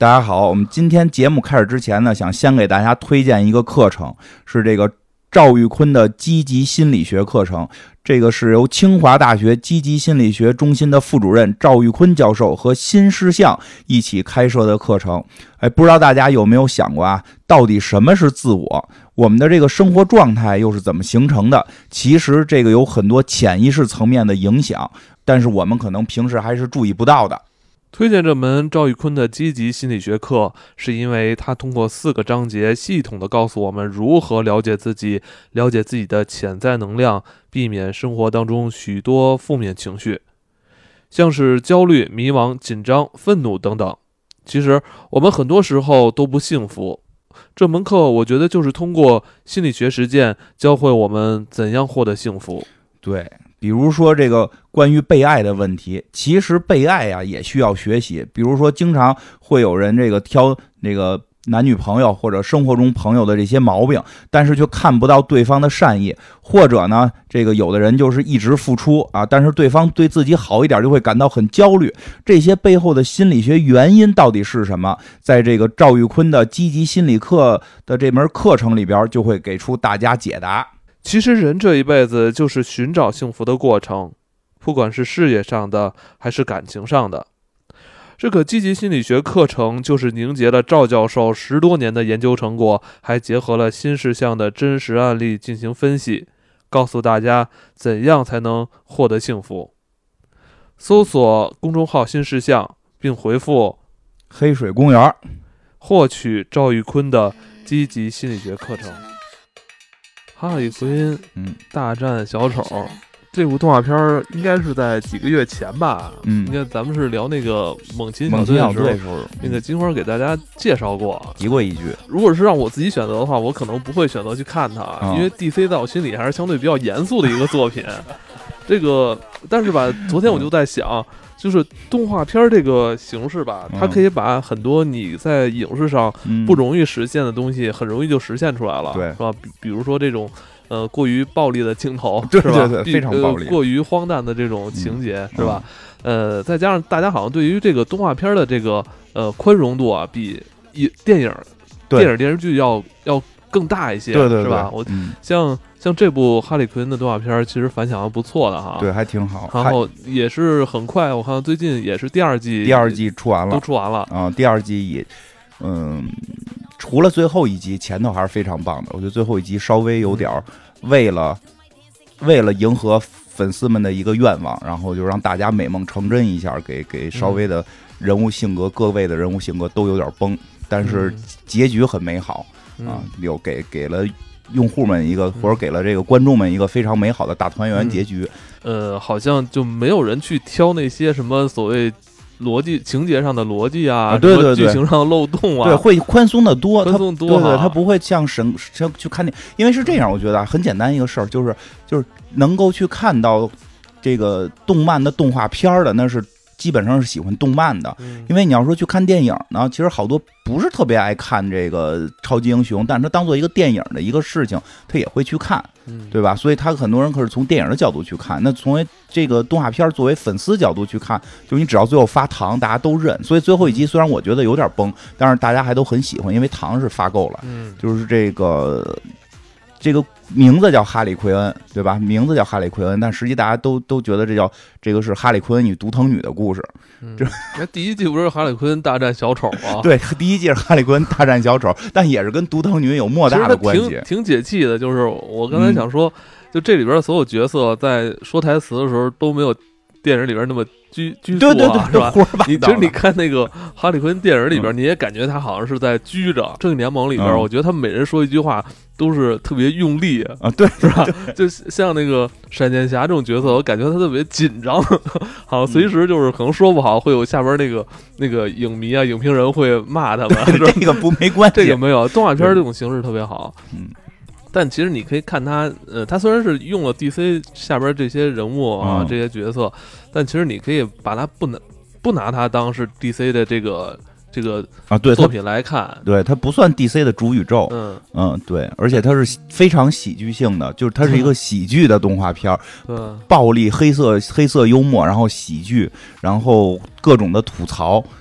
大家好，我们今天节目开始之前呢，想先给大家推荐一个课程，是这个赵玉坤的积极心理学课程。这个是由清华大学积极心理学中心的副主任赵玉坤教授和新事项一起开设的课程。不知道大家有没有想过啊，到底什么是自我？我们的这个生活状态又是怎么形成的？其实这个有很多潜意识层面的影响，但是我们可能平时还是注意不到的。 推荐这门赵玉坤的积极心理学课，是因为他通过4个章节系统地告诉我们如何了解自己，了解自己的潜在能量，避免生活当中许多负面情绪，像是焦虑、迷茫、紧张、愤怒等等。其实我们很多时候都不幸福，这门课我觉得就是通过心理学实践教会我们怎样获得幸福。 对，比如说这个关于被爱的问题，其实被爱呀也需要学习。比如说经常会有人这个挑那个男女朋友或者生活中朋友的这些毛病，但是却看不到对方的善意，或者呢这个有的人就是一直付出啊，但是对方对自己好一点就会感到很焦虑。这些背后的心理学原因到底是什么？在这个赵玉坤的积极心理课的这门课程里边就会给出大家解答。 其实人这一辈子就是寻找幸福的过程，不管是事业上的还是感情上的。这个积极心理学课程就是凝结了赵教授10多年的研究成果，还结合了新事项的真实案例进行分析，告诉大家怎样才能获得幸福。搜索公众号新事项并回复黑水公园获取赵玉坤的积极心理学课程。哈利奎因大战小丑，这部动画片应该是在几个月前吧。应该咱们是聊那个猛禽小队的时候，那个金花给大家介绍过， 提过一句。如果是让我自己选择的话，我可能不会选择去看它，因为 DC 在我心里还是相对比较严肃的一个作品。这个，但是吧，昨天我就在想，就是动画片这个形式吧，它可以把很多你在影视上不容易实现的东西，很容易就实现出来了， 对， 是吧？比如说这种过于暴力的镜头， 对是吧？ 对对，非常暴力， 过于荒诞的这种情节，是吧？再加上大家好像对于这个动画片的这个宽容度啊，比电影电视剧要更大一些， 对， 是吧？我像这部哈利奎恩的动画片，其实反响还不错的哈， 对，还挺好。 然后也是很快，我看最近也是第二季出完了， 都出完了啊。第二季也，除了最后一集，前头还是非常棒的。我觉得最后一集稍微有点为了迎合粉丝们的一个愿望，然后就让大家美梦成真一下，给稍微的人物性格，各位的人物性格都有点崩，但是结局很美好啊，有给了用户们一个，或者给了这个观众们一个非常美好的大团圆结局。 好像就没有人去挑那些什么所谓逻辑情节上的逻辑啊， 对对对， 剧情上的漏洞啊， 对，会宽松的多， 宽松多， 对，它不会像去看电，因为是这样，我觉得很简单一个事儿，就是能够去看到这个动漫的动画片的，那是基本上是喜欢动漫的，因为你要说去看电影呢，其实好多不是特别爱看这个超级英雄，但是他当做一个电影的一个事情，他也会去看，对吧？所以他很多人可是从电影的角度去看，那从这个动画片作为粉丝角度去看，就你只要最后发糖，大家都认。所以最后一集虽然我觉得有点崩，但是大家还都很喜欢，因为糖是发够了，就是这个名字叫哈利奎恩，对吧？名字叫哈利奎恩，但实际大家都觉得这个是哈利奎恩与独藤女的故事。 那第一季不是哈利奎恩大战小丑吗？ 对，第一季是哈利奎恩大战小丑，但也是跟独藤女有莫大的关系。 挺解气的，就是我刚才想说，就这里边所有角色在说台词的时候都没有电影里边那么拘束啊，是吧？其实你看那个哈利奎恩电影里边，你也感觉他好像是在拘着。正义联盟里边，我觉得他们每人说一句话都是特别用力啊，对， 是吧？就像那个闪电侠这种角色，我感觉他特别紧张，好像随时就是可能说不好，会有下边那个影迷啊、影评人会骂他们。 这个没关系， 这个没有。动画片这种形式特别好，但其实你可以看他，他虽然是用了 DC 下边这些人物啊、这些角色，但其实你可以把他不拿他当是 DC 的这个对作品来看， 对，它不算 DC 的主宇宙，对，而且它是非常喜剧性的，就是它是一个喜剧的动画片，暴力黑色幽默，然后喜剧，然后各种的吐槽，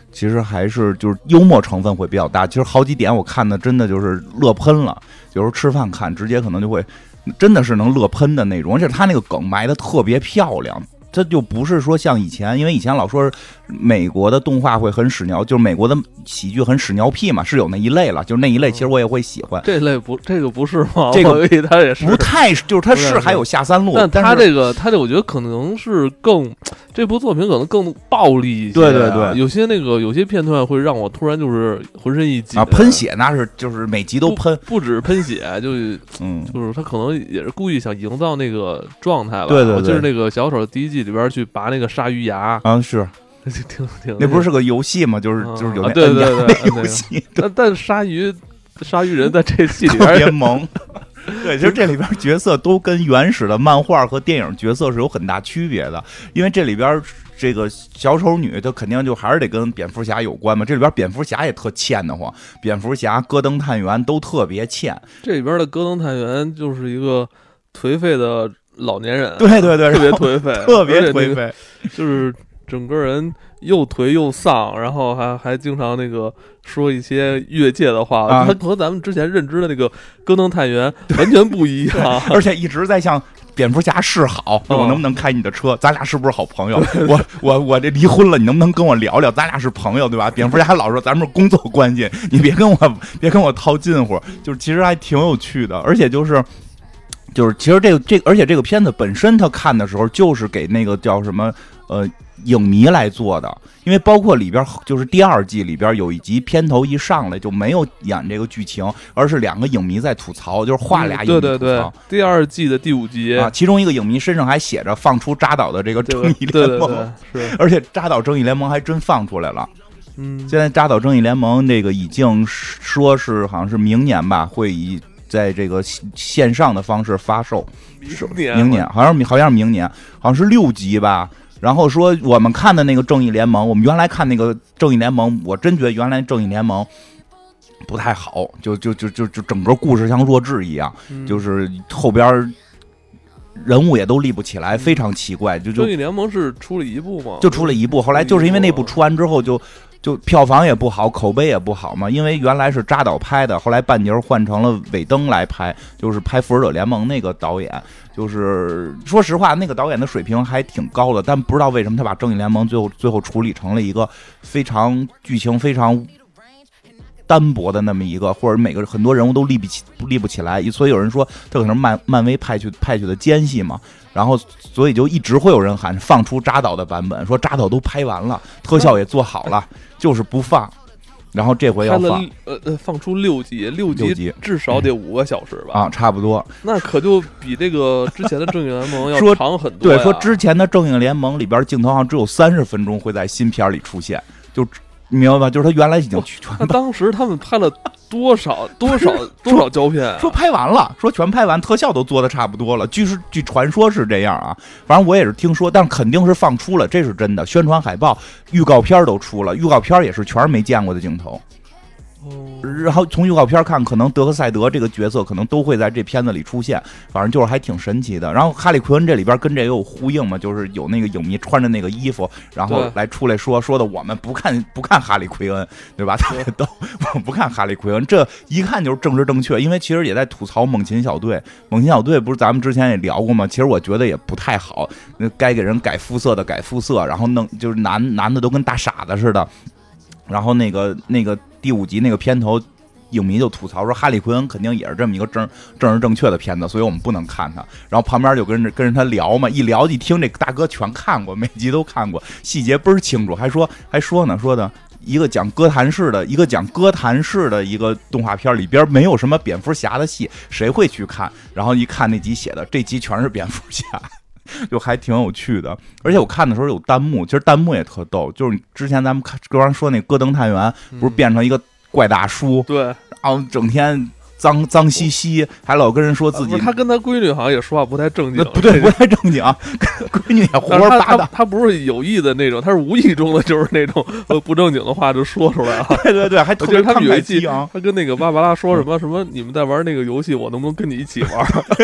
其实还是就是幽默成分会比较大。其实好几点我看的真的就是乐喷了，有时候吃饭看直接可能就会真的是能乐喷的那种，而且他那个梗埋的特别漂亮。这就不是说像以前，因为以前老说美国的动画会很屎尿，就是美国的喜剧很屎尿屁嘛，是有那一类了，就是那一类，其实我也会喜欢。 这个不是吗？ 这个他也是不太，就是他是还有下三路， 但他这个我觉得可能是更这部作品可能更暴力一些。 对对对， 有些片段会让我突然就是浑身一紧啊，喷血那是就是每集都喷， 不止喷血，就是他可能也是故意想营造那个状态吧。 对对对， 就是那个小丑第一季里边去拔那个鲨鱼牙啊，是挺那不是个游戏吗？就是有那对游戏， 但鲨鱼人在这戏里边特别萌。对，其实这里边角色都跟原始的漫画和电影角色是有很大区别的，因为这里边这个小丑女她肯定就还是得跟蝙蝠侠有关嘛。这里边蝙蝠侠也特欠得慌，蝙蝠侠、戈登探员都特别欠。 这里边的戈登探员就是一个颓废的老年人， 对对对， 特别颓废， 特别颓废， 就是整个人又颓又丧，然后还经常那个说一些越界的话，他和咱们之前认知的那个戈登探员完全不一样， 而且一直在向蝙蝠侠示好，我能不能开你的车？咱俩是不是好朋友？我这离婚了，你能不能跟我聊聊？咱俩是朋友对吧？蝙蝠侠还老说咱们是工作关系，你别跟我套近乎，就是其实还挺有趣的，而且就是其实而且这个片子本身他看的时候就是给那个叫什么影迷来做的，因为包括里边就是第二季里边有一集片头一上来就没有演这个剧情，而是两个影迷在吐槽，就是画俩影迷吐槽。 对，第二季的第5集啊，其中一个影迷身上还写着放出扎导的这个正义联盟， 是， 而且扎导正义联盟还真放出来了。现在扎导正义联盟这个已经说是好像是明年吧，会以在这个线上的方式发售。明年好像是明年，好像是6集吧。然后说我们看的那个正义联盟，我们原来看那个正义联盟，我真觉得原来正义联盟不太好，就整个故事像弱智一样，就是后边人物也都立不起来，非常奇怪。正义联盟是出了一部吗？ 就出了一部，后来就是因为那部出完之后就票房也不好，口碑也不好嘛。因为原来是扎导拍的，后来半截换成了尾灯来拍，就是拍《复仇者联盟》那个导演。就是说实话，那个导演的水平还挺高的，但不知道为什么他把正义联盟最后处理成了一个剧情非常单薄的那么一个，或者很多人物都立不起来，所以有人说这可能漫威派去的奸细嘛。然后所以就一直会有人喊放出扎导的版本，说扎导都拍完了，特效也做好了，就是不放。然后这回要放出6集至少得5个小时吧？ 啊，差不多。 那可就比这个之前的正义联盟要长很多。 对，说之前的正义联盟里边镜头好像只有30分钟会在新片里出现，就你明白吧？就是他原来已经全。 那当时他们拍了多少胶片？ 说拍完了，说全拍完，特效都做的差不多了。据传说是这样啊，反正我也是听说，但肯定是放出了，这是真的。宣传海报、预告片都出了，预告片也是全是没见过的镜头。然后从预告片看，可能德克赛德这个角色可能都会在这片子里出现，反正就是还挺神奇的。然后哈利奎恩这里边跟这个有呼应嘛，就是有那个影迷穿着那个衣服，然后来出来说的我们不看哈利奎恩，对吧？特别逗，我们不看哈利奎恩，这一看就是政治正确。因为其实也在吐槽猛禽小队不是咱们之前也聊过吗？其实我觉得也不太好，该给人改肤色的改肤色，然后就是男的都跟大傻子似的。然后那个第5集那个片头，影迷就吐槽说哈利奎恩肯定也是这么一个政治正确的片子，所以我们不能看他。然后旁边就跟着他聊嘛，一聊一听这大哥全看过，每集都看过，细节倍儿清楚，还说的一个讲哥谭市的一个动画片里边没有什么蝙蝠侠的戏，谁会去看？然后一看那集写的，这集全是蝙蝠侠。就还挺有趣的，而且我看的时候有弹幕，其实弹幕也特逗。就是之前咱们刚刚说那戈登探员，不是变成一个怪大叔， 对， 然后整天脏兮兮，还老跟人说自己。 他跟他闺女好像也说话不太正经， 不对，不太正经，闺女也胡说八道。 他不是有意的那种，他是无意中的，就是那种不正经的话就说出来了。 对，还特别他们有一季，他跟那个芭芭拉说什么，你们在玩那个游戏，我能不能跟你一起玩？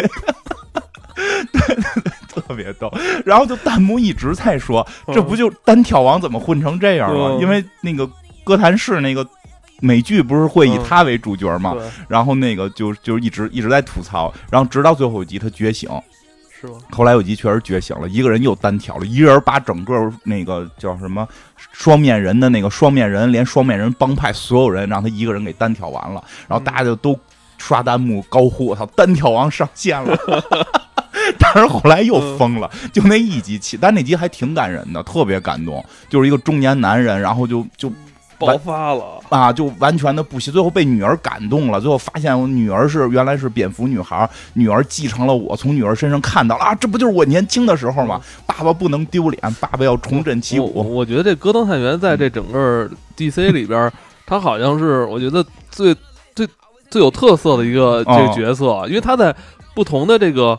对，特别逗。然后就弹幕一直在说，这不就单挑王怎么混成这样吗？因为那个哥谭市那个美剧不是会以他为主角吗？然后那个就一直在吐槽，然后直到最后一集他觉醒。 是吗？ 后来有集确实觉醒了，一个人又单挑了，一个人把整个那个叫什么双面人的那个双面人，连双面人帮派所有人让他一个人给单挑完了，然后大家就都刷弹幕高呼：“我操，单挑王上线了！”但是后来又疯了，就那一集起，但那集还挺感人的，特别感动，就是一个中年男人，然后就爆发了啊，就完全的不行，最后被女儿感动了，最后发现我女儿原来是蝙蝠女孩，女儿继承了我，从女儿身上看到了啊，这不就是我年轻的时候吗？爸爸不能丢脸，爸爸要重振旗鼓。 我觉得这戈登探员在这整个 DC 里边，他好像是我觉得最有特色的一个这个角色，因为他在不同的这个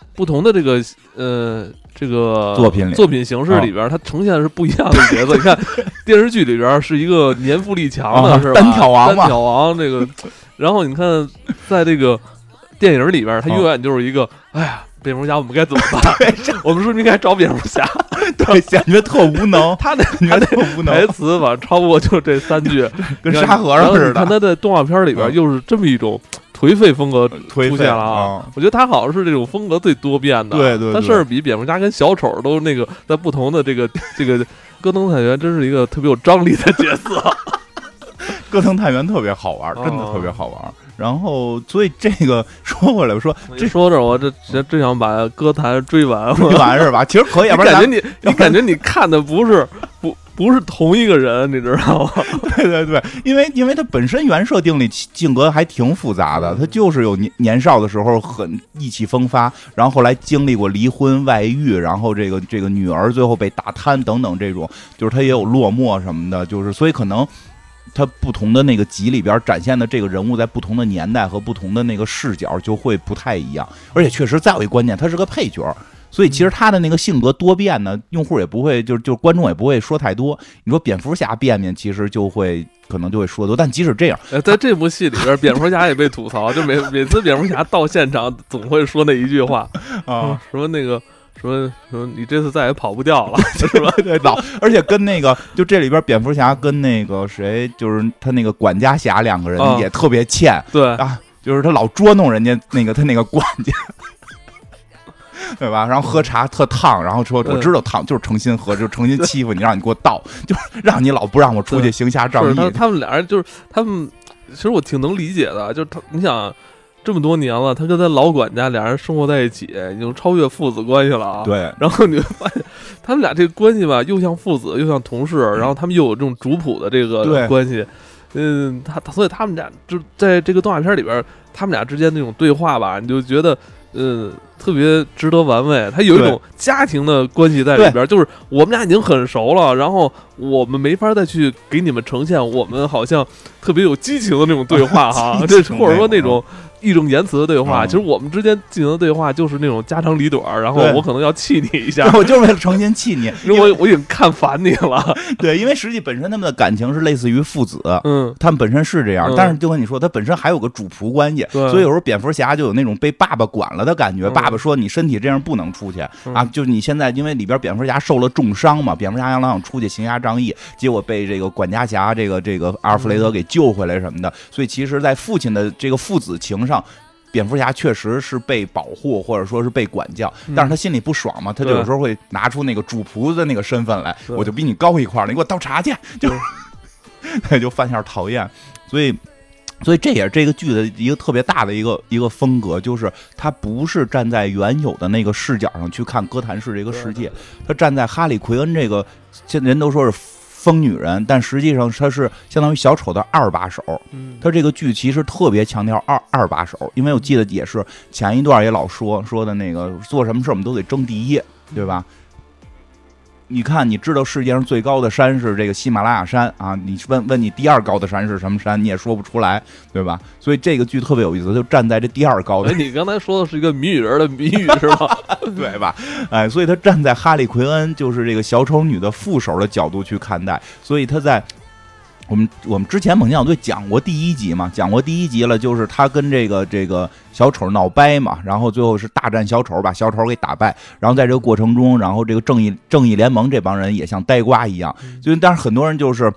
这个作品形式里边，它呈现的是不一样的角色。你看电视剧里边是一个年富力强的，是吧？ 单挑王这个，然后你看在这个电影里边，他永远就是一个，哎呀，蝙蝠侠我们该怎么办？我们是不是应该找蝙蝠侠？ 对，感觉特无能。他那台词吧，超过就这3句， 跟沙和尚似的。 看他在动画片里边又是这么一种颓废风格出现了啊！我觉得他好像是这种风格最多变的， 对， 他甚至比蝙蝠侠跟小丑都那个在不同的这个戈登探员真是一个特别有张力的角色。 戈登探员特别好玩，真的特别好玩。然后，所以这个说回来，我说这我真想把歌坛追完是吧？其实可以， 你感觉你看的不是同一个人，你知道吗？ 对，因为他本身原设定里性格还挺复杂的，他就是有年少的时候很意气风发，然后后来经历过离婚、外遇，然后这个女儿最后被打瘫等等这种，就是他也有落寞什么的，就是所以可能。他不同的那个集里边展现的这个人物，在不同的年代和不同的那个视角就会不太一样，而且确实再有一关键，他是个配角，所以其实他的那个性格多变呢，用户也不会就观众也不会说太多。你说蝙蝠侠变，其实可能就会说多，但即使这样， 在这部戏里边，蝙蝠侠也被吐槽，就每次蝙蝠侠到现场总会说那一句话啊，什么那个。说你这次再也跑不掉了，是吧？ 对，而且跟那个就这里边蝙蝠侠跟那个谁，就是他那个管家侠两个人也特别欠， 对啊，就是他老捉弄人家他那个管家，对吧？然后喝茶特烫，然后说我知道烫，就是诚心喝，就是诚心欺负你，让你给我倒，就是让你老不让我出去行侠仗义。 他们俩人就是他们，其实我挺能理解的，就是你想。这么多年了，他跟他老管家俩人生活在一起，已经超越父子关系了啊。 对， 然后你会发现，他们俩这个关系吧，又像父子，又像同事，然后他们又有这种主仆的这个关系。所以他们俩就在这个动画片里边，他们俩之间那种对话吧，你就觉得特别值得玩味。他有一种家庭的关系在里边，就是我们俩已经很熟了，然后我们没法再去给你们呈现我们好像特别有激情的那种对话哈，这或者说那种。义正言辞的对话，其实我们之间进行的对话就是那种家长里短，然后我可能要气你一下， 我就是为了诚心气你， 因为我已经看烦你了。 对，因为实际本身他们的感情是类似于父子，他们本身是这样，但是就跟你说，他本身还有个主仆关系，所以有时候蝙蝠侠就有那种被爸爸管了的感觉。爸爸说你身体这样不能出去啊，就是你现在因为里边蝙蝠侠受了重伤嘛，蝙蝠侠想出去行侠仗义，结果被这个管家侠这个阿尔弗雷德给救回来什么的，所以其实，在父亲的这个父子情上，蝙蝠侠确实是被保护或者说是被管教，但是他心里不爽嘛，他就有时候会拿出那个主仆的那个身份来，我就比你高一块了，你给我倒茶去，就犯下讨厌，所以这也是这个剧的一个特别大的一个风格，就是他不是站在原有的那个视角上去看哥谭市这个世界，他站在哈利奎恩这个，现在人都说是疯女人，但实际上他是相当于小丑的二把手。他这个剧其实特别强调二把手，因为我记得也是前一段也老说的那个做什么事我们都得争第一，对吧？你看，你知道世界上最高的山是这个喜马拉雅山啊？你问你第二高的山是什么山，你也说不出来，对吧？所以这个剧特别有意思，就站在这第二高的。 你刚才说的是一个谜语人的谜语是吧？ 对吧？哎，所以他站在哈利奎恩就是这个小丑女的副手的角度去看待，所以他在。我们之前猛将队讲过第一集嘛，讲过第一集了，就是他跟这个小丑闹掰嘛，然后最后是大战小丑，把小丑给打败，然后在这个过程中，然后这个正义联盟这帮人也像呆瓜一样，但是很多人就是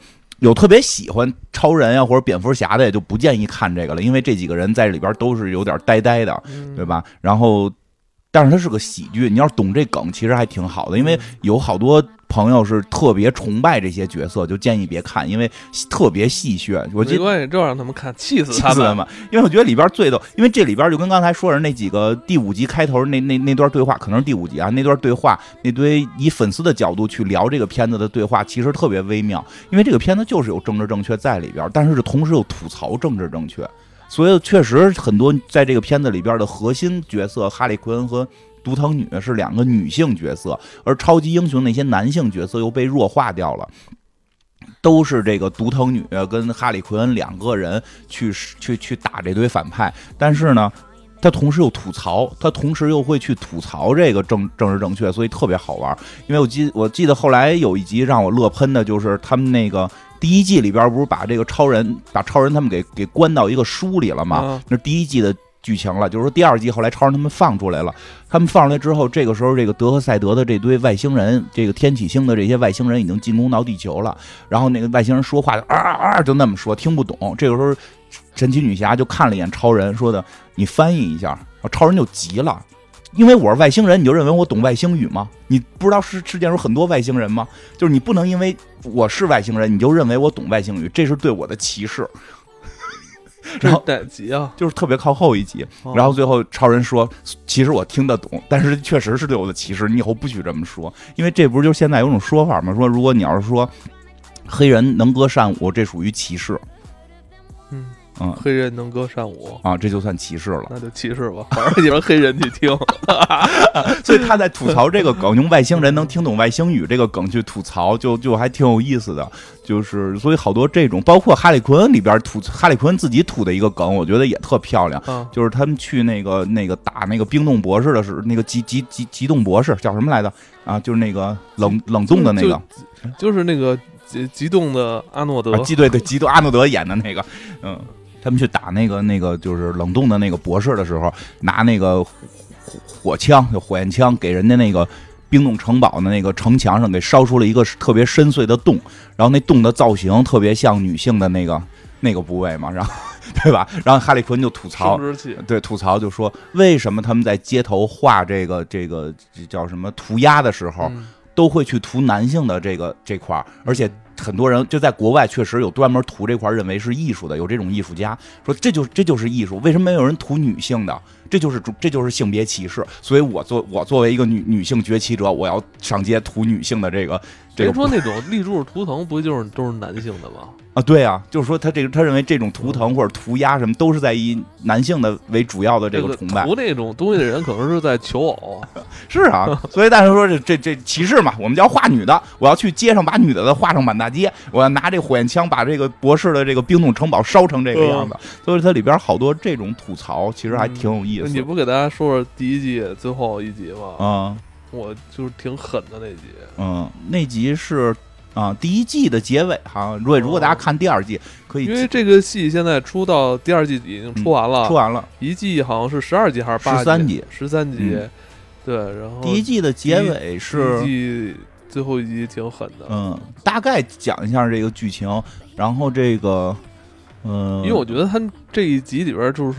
有特别喜欢超人啊或者蝙蝠侠的，也就不建议看这个了，因为这几个人在里边都是有点呆呆的，对吧？然后，但是它是个喜剧，你要是懂这梗，其实还挺好的，因为有好多朋友是特别崇拜这些角色，就建议别看，因为特别戏谑。我记得没关系，就让他们看，气死他们。因为我觉得里边最逗，因为这里边就跟刚才说的那几个第5集开头那段对话，可能是第5集啊，那段对话，那堆以粉丝的角度去聊这个片子的对话，其实特别微妙。因为这个片子就是有政治正确在里边，但是同时又吐槽政治正确，所以确实很多在这个片子里边的核心角色哈利奎恩和独藤女是2个女性角色，而超级英雄那些男性角色又被弱化掉了，都是这个独藤女跟哈利奎恩2个人去打这堆反派。但是呢，他同时又吐槽，他同时又会去吐槽这个政治正确，所以特别好玩。因为我记得后来有一集让我乐喷的，就是他们那个第1季里边不是把这个超人他们给关到一个书里了吗？那第1季的剧情了，就是说第2季后来超人他们放出来了，他们放出来之后，这个时候这个德和赛德的这堆外星人，这个天启星的这些外星人已经进攻到地球了，然后那个外星人说话就那么说，听不懂。这个时候神奇女侠就看了一眼超人，说的你翻译一下，超人就急了。因为我是外星人，你就认为我懂外星语吗？你不知道世界上有很多外星人吗？就是你不能因为我是外星人，你就认为我懂外星语，这是对我的歧视。然后哪集啊？ 就是特别靠后一集，然后最后超人说：“其实我听得懂，但是确实是对我的歧视，你以后不许这么说。”因为这不是就现在有种说法吗？说如果你要是说黑人能歌善舞，这属于歧视。 黑人能歌善舞啊，这就算歧视了。 那就歧视吧，反正你让黑人去听。 所以他在吐槽这个梗，用外星人能听懂外星语这个梗去吐槽，就还挺有意思的。就是所以好多这种，包括哈利奎恩里边哈利奎恩自己吐的一个梗，我觉得也特漂亮。就是他们去那个打那个冰冻博士的时候，那个极冻博士叫什么来着啊？就是那个冷冻的那个， 就是那个极冻的阿诺德。 对，极冻阿诺德演的那个，他们去打那个就是冷冻的那个博士的时候，拿那个火枪，就火焰枪，给人家那个冰冻城堡的那个城墙上给烧出了一个特别深邃的洞，然后那洞的造型特别像女性的那个部位嘛，然后对吧？然后哈利奎恩就吐槽，对，吐槽就说为什么他们在街头画这个叫什么涂鸦的时候，都会去涂男性的这块，而且很多人就在国外确实有专门涂这块，认为是艺术的，有这种艺术家说这就是艺术，为什么没有人涂女性的？这就是性别歧视。所以我作为一个女性崛起者，我要上街涂女性的这个。 别说那种立柱图腾，不就是都是男性的吗？ 啊，对啊，就是说他认为这种图腾或者涂鸦什么都是在以男性的为主要的这个崇拜。 涂那种东西的人可能是在求偶。 是啊，所以大家说这歧视嘛，我们就要画女的，我要去街上把女的画上满大街，我要拿这火焰枪把这个博士的这个冰冻城堡烧成这个样子。所以它里边好多这种吐槽，其实还挺有意思。 你不给大家说第1季最后一集吗？我就是挺狠的那集。 那集是。第1季的结尾哈，如果大家看第2季可以， 因为这个戏现在出到第2季已经出完了，1季好像是12集还是8集？13集，对。然后第1季的结尾是第1季最后一集挺狠的。 大概讲一下这个剧情，然后这个， 因为我觉得他这一集里边就是，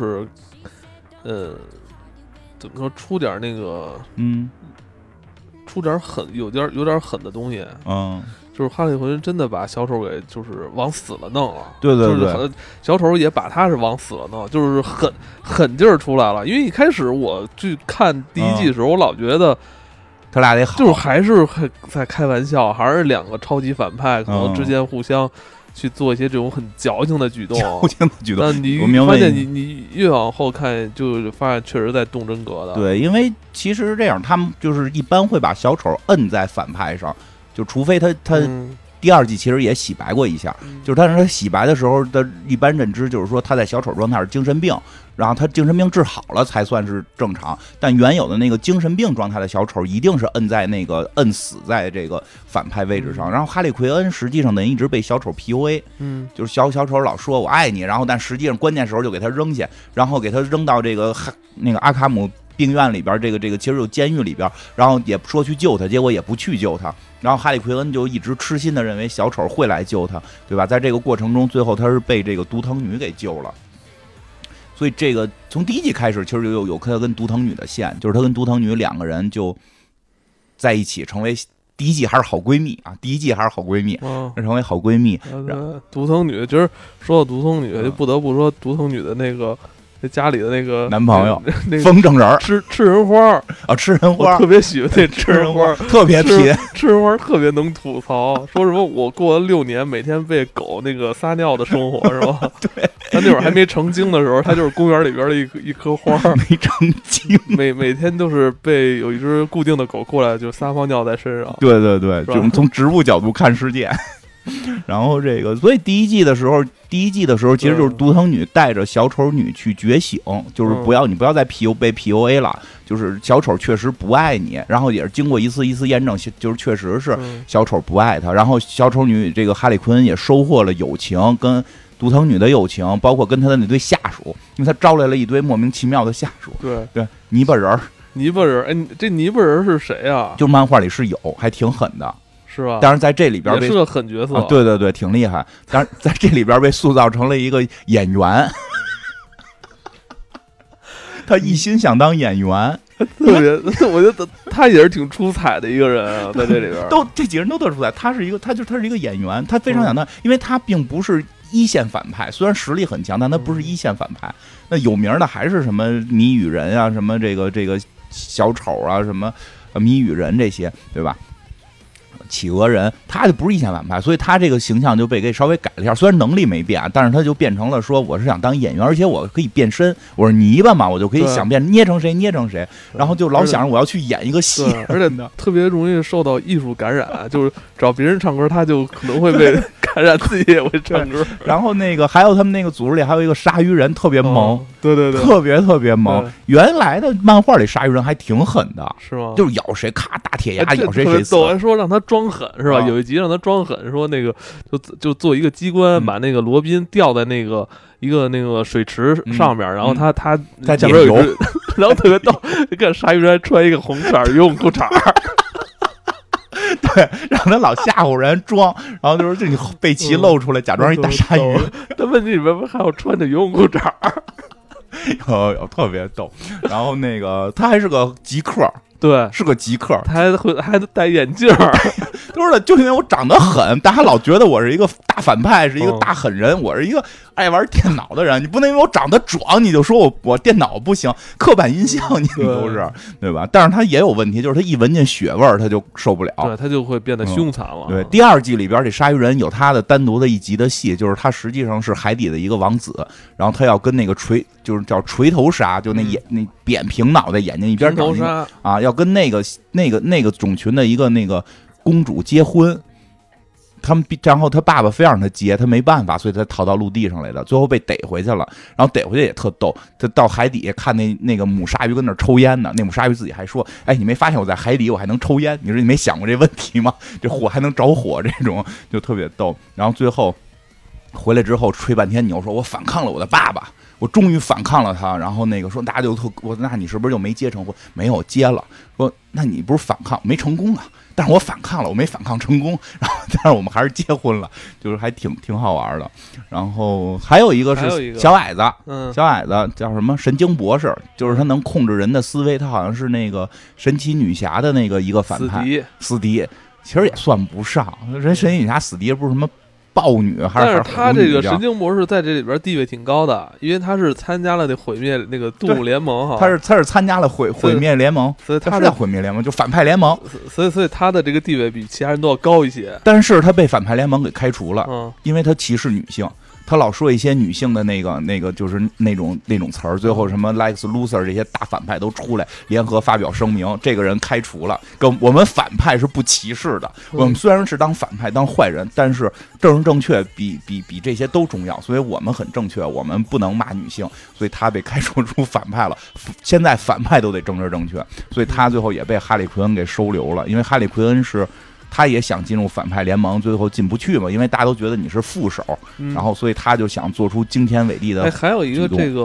怎么说出点那个，出点狠，有点狠的东西。就是哈利奎恩真的把小丑给就是往死了弄了， 对， 就是小丑也把他是往死了弄，就是狠劲儿出来了。因为一开始我去看第1季的时候，我老觉得他俩得好， 就是还是在开玩笑，还是2个超级反派可能之间互相去做一些这种很矫情的举动。但你发现你越往后看，就发现确实在动真格的。 对，因为其实这样，他们就是一般会把小丑摁在反派上。就除非他第2季其实也洗白过一下，就是他洗白的时候的一般认知就是说他在小丑状态是精神病，然后他精神病治好了才算是正常，但原有的那个精神病状态的小丑一定是摁死在这个反派位置上。然后哈利奎恩实际上呢一直被小丑 PUA，就是小丑老说我爱你，然后但实际上关键时候就给他扔下，然后给他扔到这个那个阿卡姆病院里边，这个其实有监狱里边，然后也说去救他，结果也不去救他。然后哈利奎恩就一直痴心的认为小丑会来救他，对吧？在这个过程中，最后他是被这个毒藤女给救了。所以这个从第一季开始，其实有他跟毒藤女的线，就是他跟毒藤女两个人就在一起，成为第一季还是好闺蜜啊，第一季还是好闺蜜，成为好闺蜜。 毒藤女，其实说到毒藤女，就不得不说毒藤女的那个。家里的那个男朋友， 那个风筝人吃人花啊，吃人花， 我特别喜欢那吃人花， 特别贫， 吃人花特别能吐槽，说什么我过了6年，每天被狗那个撒尿的生活是吧？ 对， 他那会儿还没成精的时候，他就是公园里边的一棵花， 没成精， 每天都是被有一只固定的狗过来就撒泡尿在身上。 对对对，就从植物角度看世界。然后这个，所以第一季的时候，其实就是毒藤女带着小丑女去觉醒，就是你不要再被 PUA 了，就是小丑确实不爱你，然后也是经过一次验证，就是确实是小丑不爱他，然后小丑女这个哈利奎恩也收获了友情，跟毒藤女的友情，包括跟他的那堆下属，因为他招来了一堆莫名其妙的下属。对，泥巴人， 哎，这泥巴人是谁啊？ 就漫画里是有，还挺狠的。 是吧？ 当然，在这里边也是个狠角色， 对对对，挺厉害。当然，在这里边被塑造成了一个演员，他一心想当演员， 特别，我觉得他也是挺出彩的一个人啊，在这里边， 这几个人都特出彩。他是一个演员，他非常想当，因为他并不是一线反派，虽然实力很强，但他不是一线反派。那有名的还是什么谜语人啊，什么这个小丑啊，什么谜语人这些，对吧？企鹅人，他就不是一线反派，所以他这个形象就被给稍微改了一下。虽然能力没变，但是他就变成了说我是想当演员，而且我可以变身，我是泥巴嘛，我就可以想捏成谁，然后就老想着我要去演一个戏， 而且特别容易受到艺术感染，就是只要别人唱歌，他就可能会被感染，自己也会唱歌。 然后那个还有他们那个组织里还有一个鲨鱼人，特别萌， 对对对， 特别萌。原来的漫画里鲨鱼人还挺狠的， 是吗？ 就是咬谁咔大铁牙咬谁死。 还说让他装狠是吧？有一集让他装狠，说那个就做一个机关，把那个罗宾吊在那个一个那个水池上面，然后他在边有一只，然后特别逗，看鲨鱼人还穿一个红色游泳裤衩。 对，让他老吓唬人装，然后就是你背鳍露出来，假装一大鲨鱼。 但问题里面还要穿着游泳裤衩， 有特别逗。然后那个他还是个极客。 对， 是个极客， 他还戴眼镜都是的，就因为我长得狠，大家老觉得我是一个大反派，是一个大狠人，我是一个爱玩电脑的人，你不能因为我长得壮，你就说我电脑不行，刻板印象你们都是，对吧？但是他也有问题，就是他一闻见血味他就受不了， 对，他就会变得凶残了。 对，第2季里边这鲨鱼人有他的单独的一集的戏，就是他实际上是海底的一个王子，然后他要跟那个就是叫锤头鲨，就那扁平脑袋眼睛一边长啊，要跟那个种群的一个那个公主结婚，然后他爸爸非让他结，他没办法，所以他逃到陆地上来的，最后被逮回去了。然后逮回去也特逗，他到海底下看那个母鲨鱼跟那抽烟呢，那母鲨鱼自己还说：“哎，你没发现我在海底我还能抽烟？你说你没想过这问题吗？这火还能着火，这种就特别逗。”然后最后回来之后吹半天牛，说我反抗了我的爸爸。我终于反抗了他，然后那个说大家就那你是不是就没结成婚？没有结了。说那你不是反抗没成功啊？但是我反抗了，我没反抗成功。然后但是我们还是结婚了，就是还挺好玩的。然后还有一个是小矮子，小矮子叫什么神经博士，就是他能控制人的思维，他好像是那个神奇女侠的那个一个反派死敌，其实也算不上。人神奇女侠死敌不是什么。豹女还是？ 但是他这个神经博士在这里边地位挺高的，因为他是参加了那毁灭那个动物联盟哈。 他是参加了毁灭联盟， 所以他是毁灭联盟，就反派联盟。 所以他的这个地位比其他人都要高一些。 但是他被反派联盟给开除了，因为他歧视女性。他老说一些女性的那个就是那种词儿，最后什么 Lex Luthor 这些大反派都出来联合发表声明，这个人开除了。跟我们反派是不歧视的，我们虽然是当反派当坏人，但是政治正确比这些都重要，所以我们很正确，我们不能骂女性，所以他被开除出反派了。现在反派都得政治正确，所以他最后也被哈利奎恩给收留了，因为哈利奎恩是。他也想进入反派联盟，最后进不去嘛，因为大家都觉得你是副手，然后所以他就想做出惊天伟地的。 还有一个这个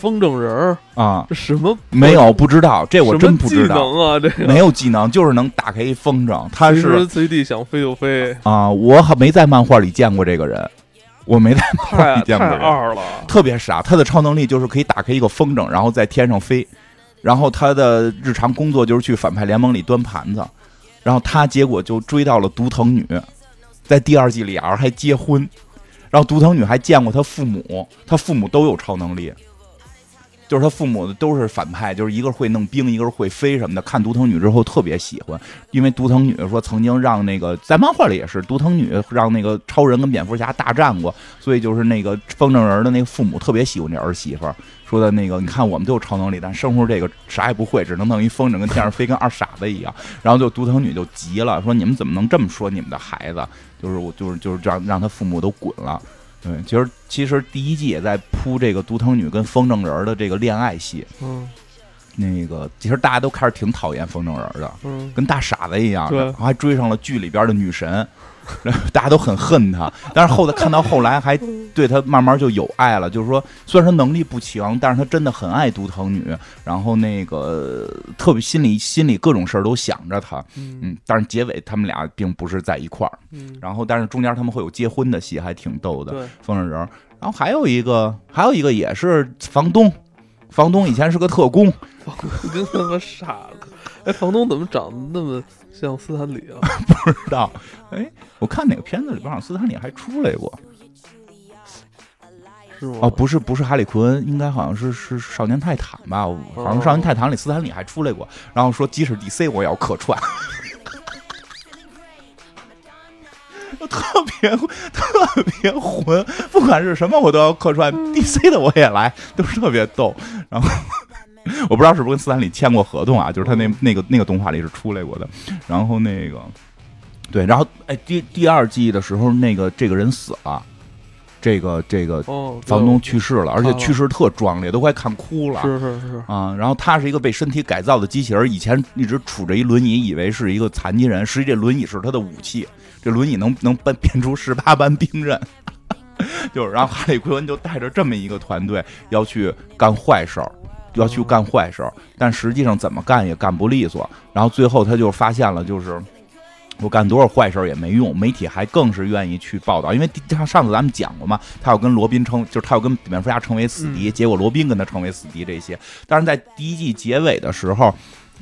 风筝人啊， 什么没有不知道，这我真不知道。 什么技能啊，这个没有技能，就是能打开一风筝。他是随时随地想飞就飞啊，我还没在漫画里见过这个人，我没在漫画里见过这个人， 太二了， 特别傻。他的超能力就是可以打开一个风筝，然后在天上飞。然后他的日常工作就是去反派联盟里端盘子。然后他结果就追到了独藤女，在第2季里俩人还结婚。然后独藤女还见过他父母，他父母都有超能力，就是他父母都是反派，就是一个会弄冰，一个是会飞什么的。看独藤女之后特别喜欢，因为独藤女说曾经让那个在漫画里也是独藤女让那个超人跟蝙蝠侠大战过，所以就是那个风筝人的那个父母特别喜欢这儿媳妇，说的那个你看我们都有超能力，但生出这个啥也不会，只能弄一风筝跟天上飞，跟二傻子一样。然后就独藤女就急了，说你们怎么能这么说你们的孩子？就是让他父母都滚了。对，其实第1季也在铺这个独藤女跟风筝人的这个恋爱戏。那个其实大家都开始挺讨厌风筝人的，跟大傻子一样，然后还追上了剧里边的女神，大家都很恨他。但是看到后来还对他慢慢就有爱了，就是说虽然他能力不强，但是他真的很爱独藤女，然后那个特别心里各种事儿都想着他。但是结尾他们俩并不是在一块儿。然后但是中间他们会有结婚的戏，还挺逗的。风筝人，然后还有一个也是房东以前是个特工， 跟他妈傻子。哎，房东怎么长得那么像斯坦李啊？ 不知道。哎，我看哪个片子里边好像斯坦李还出来过， 是吗？ 哦，不是哈利奎恩，应该好像是少年泰坦吧？好像少年泰坦里斯坦李还出来过，然后说即使 DC 我也要客串。特别混，不管是什么我都要客串，DC 的我也来，都是特别逗。然后我不知道是不是跟斯坦李签过合同啊，就是他那个动画里是出来过的。然后那个对，然后哎第2季的时候，这个人死了。这个房东去世了，而且去世特壮烈，都快看哭了。 是啊，然后他是一个被身体改造的机器人，以前一直杵着一轮椅，以为是一个残疾人，实际这轮椅是他的武器，这轮椅能变出18般兵刃。就是，然后哈利奎恩就带着这么一个团队要去干坏事儿，但实际上怎么干也干不利索。然后最后他就发现了，就是我干多少坏事也没用，媒体还更是愿意去报道，因为上次咱们讲过嘛，他要跟罗宾就是他要跟蝙蝠侠成为死敌，结果罗宾跟他成为死敌这些。但是在第一季结尾的时候，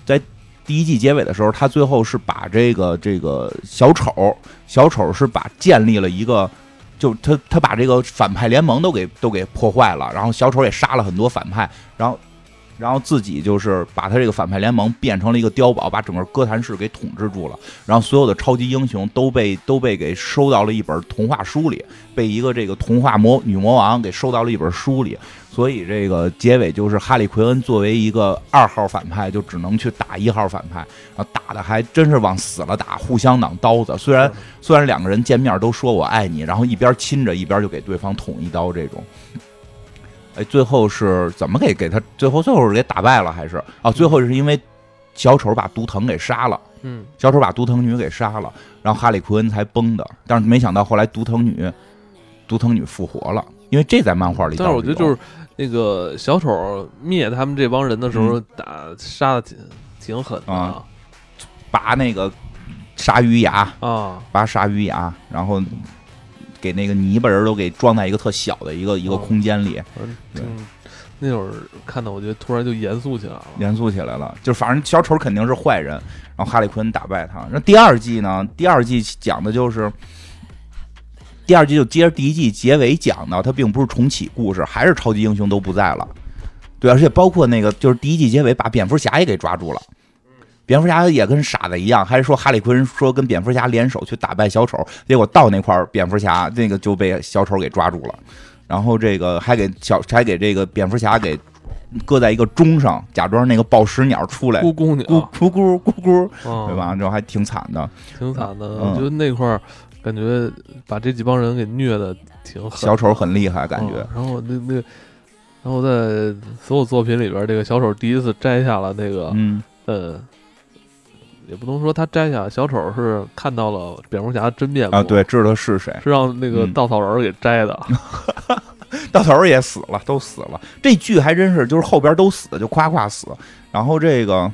他最后是把这个小丑是把建立了一个，就他把这个反派联盟都给破坏了，然后小丑也杀了很多反派，然后自己就是把他这个反派联盟变成了一个碉堡，把整个哥谭市给统治住了。然后所有的超级英雄都被给收到了一本童话书里，被一个这个童话女魔王给收到了一本书里。所以这个结尾就是哈利奎恩作为一个2号反派，就只能去打1号反派，然后打的还真是往死了打，互相挡刀子。虽然两个人见面都说我爱你，然后一边亲着一边就给对方捅一刀这种。哎，最后是怎么给他？最后是给打败了还是？最后是因为小丑把独藤给杀了。小丑把独藤女给杀了，然后哈利奎恩才崩的。但是没想到后来独藤女复活了，因为这在漫画里。 但是我觉得就是那个小丑灭他们这帮人的时候，杀的挺狠的， 拔那个鲨鱼牙拔鲨鱼牙，然后给那个泥巴人都给装在一个特小的一个空间里。 那会儿看的，我觉得突然就严肃起来了。就是反正小丑肯定是坏人，然后哈利奎恩打败他。那第二季呢？第二季讲的就是第二季就接着第一季结尾讲的，它并不是重启故事，还是超级英雄都不在了。对，而且包括那个就是第一季结尾把蝙蝠侠也给抓住了。蝙蝠侠也跟傻子一样，还是说哈利奎恩说跟蝙蝠侠联手去打败小丑，结果到那块蝙蝠侠那个就被小丑给抓住了，然后这个还给这个蝙蝠侠给搁在一个钟上，假装那个报时鸟出来， 咕咕鸟， 咕咕咕咕，对吧？这还挺惨的， 我觉得那块感觉把这几帮人给虐的挺狠， 小丑很厉害，感觉。 然后在所有作品里边，这个小丑第一次摘下了那个，也不能说他摘下，小丑是看到了蝙蝠侠真面目啊，对，知道是谁， 是让那个稻草人给摘的。 到头也死了，都死了。这剧还真是，就是后边都死，就夸夸死。然后这个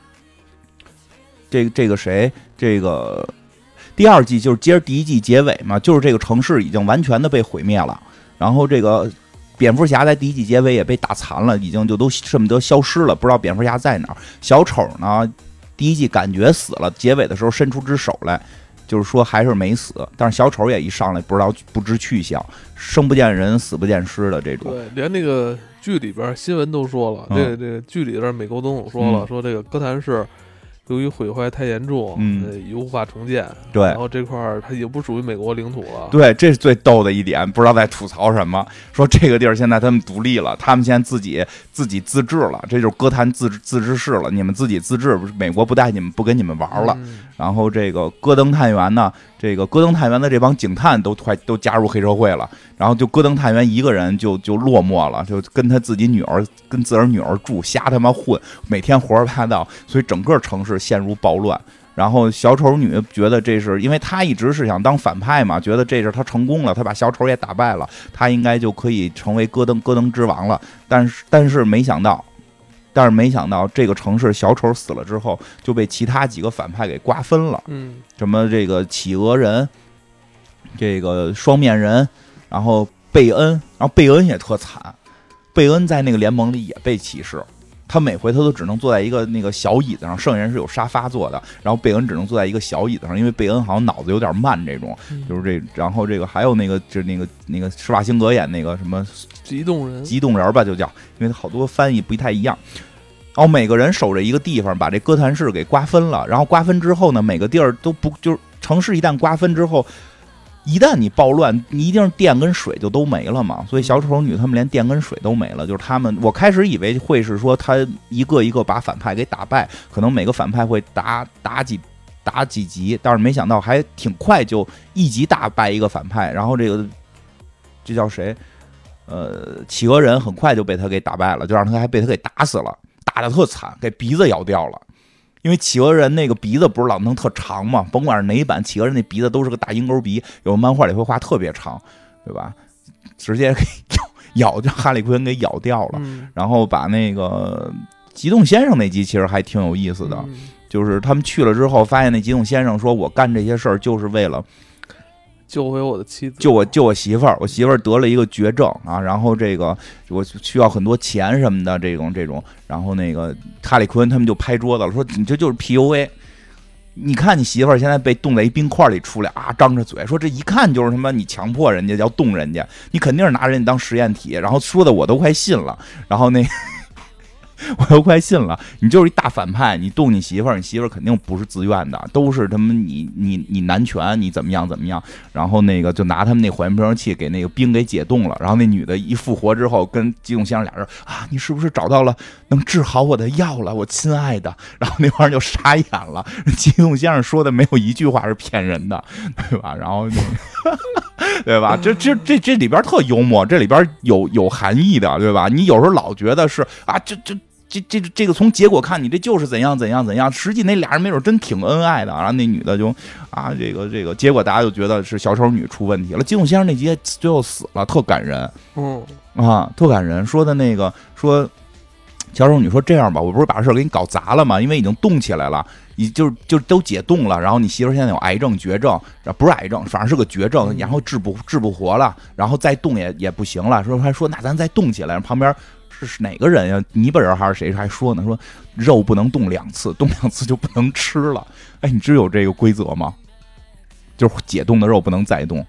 谁，这个第二季就是接着第一季结尾嘛，就是这个城市已经完全的被毁灭了，然后这个蝙蝠侠在第一季结尾也被打残了，已经就都恨不得消失了，不知道蝙蝠侠在哪儿。小丑呢，第一季感觉死了，结尾的时候伸出只手来，就是说还是没死，但是小丑也一上来不知去向，生不见人，死不见尸的这种。 对，连那个剧里边新闻都说了，这个剧里边美国总统说了，说这个哥谭市由于毁坏太严重，也无法重建。 对， 然后这块儿它也不属于美国领土了。 对，这是最逗的一点，不知道在吐槽什么。说这个地儿现在他们独立了，他们现在自己自治了，这就是哥谭自治市了。你们自己自治，美国不带你们，不跟你们玩了。然后这个戈登探员呢，这个戈登探员的这帮警探都加入黑社会了，然后就戈登探员一个人就落寞了，就跟他自己女儿跟自个儿女儿住，瞎他妈混，每天胡说八道，所以整个城市陷入暴乱。然后小丑女觉得这是因为她一直是想当反派嘛，觉得这是她成功了，她把小丑也打败了，她应该就可以成为戈登之王了。但是没想到这个城市小丑死了之后就被其他几个反派给瓜分了。什么这个企鹅人，这个双面人，然后贝恩，然后贝恩也特惨，贝恩在那个联盟里也被歧视。他每回他都只能坐在一个那个小椅子上，剩下人是有沙发坐的，然后贝恩只能坐在一个小椅子上，因为贝恩好像脑子有点慢，这种就是这。然后这个还有那个就是那个施瓦辛格演那个什么激动人吧，就叫，因为好多翻译不太一样。然后每个人守着一个地方，把这哥谭市给瓜分了。然后瓜分之后呢，每个地儿都不就是城市一旦瓜分之后，一旦你暴乱，你一定是电跟水就都没了嘛。所以小丑女他们连电跟水都没了，就是他们。我开始以为会是说他一个一个把反派给打败，可能每个反派会打几集，但是没想到还挺快就一集打败一个反派。然后这叫谁？企鹅人很快就被他给打败了，就让他还被他给打死了，打得特惨，给鼻子咬掉了。因为企鹅人那个鼻子不是老弄特长嘛，甭管是哪一版，企鹅人那鼻子都是个大鹰钩鼻，有漫画里会画特别长，对吧？直接给咬就哈利奎恩给咬掉了。然后把那个激动先生那集其实还挺有意思的，就是他们去了之后，发现那激动先生说：“我干这些事儿就是为了救回我的妻子， 救我媳妇儿，我媳妇儿得了一个绝症啊，然后这个我需要很多钱什么的，这种，然后那个哈利奎恩他们就拍桌子了，说你这就是 PUA， 你看你媳妇儿现在被冻在一冰块里出来啊，张着嘴说这一看就是他妈你强迫人家要动人家，你肯定是拿人家当实验体，然后说的我都快信了，然后那。”我都快信了，你就是一大反派，你动你媳妇儿，你媳妇儿肯定不是自愿的，都是他们你男权，你怎么样，然后那个就拿他们那火焰变声器给那个冰给解冻了，然后那女的一复活之后，跟激动先生俩人啊，你是不是找到了能治好我的药了，我亲爱的？然后那帮人就傻眼了，激动先生说的没有一句话是骗人的，对吧？然后就。对吧？这里边特幽默，这里边有含义的，对吧？你有时候老觉得是啊，这个从结果看，你这就是怎样，实际那俩人没准真挺恩爱的，然后那女的就啊，这个，结果大家就觉得是小丑女出问题了。激动先生那集最后死了，特感人，特感人。说的那个说。小丑女说：“这样吧，我不是把事给你搞砸了吗？因为已经动起来了，你就都解冻了。然后你媳妇现在有癌症、绝症，不是癌症，反正是个绝症，然后治不活了，然后再动也不行了。说那咱再动起来。旁边是哪个人呀？尼泊尔还是谁还说呢？说肉不能动2次，动2次就不能吃了。哎，你知有这个规则吗？就是解冻的肉不能再动。”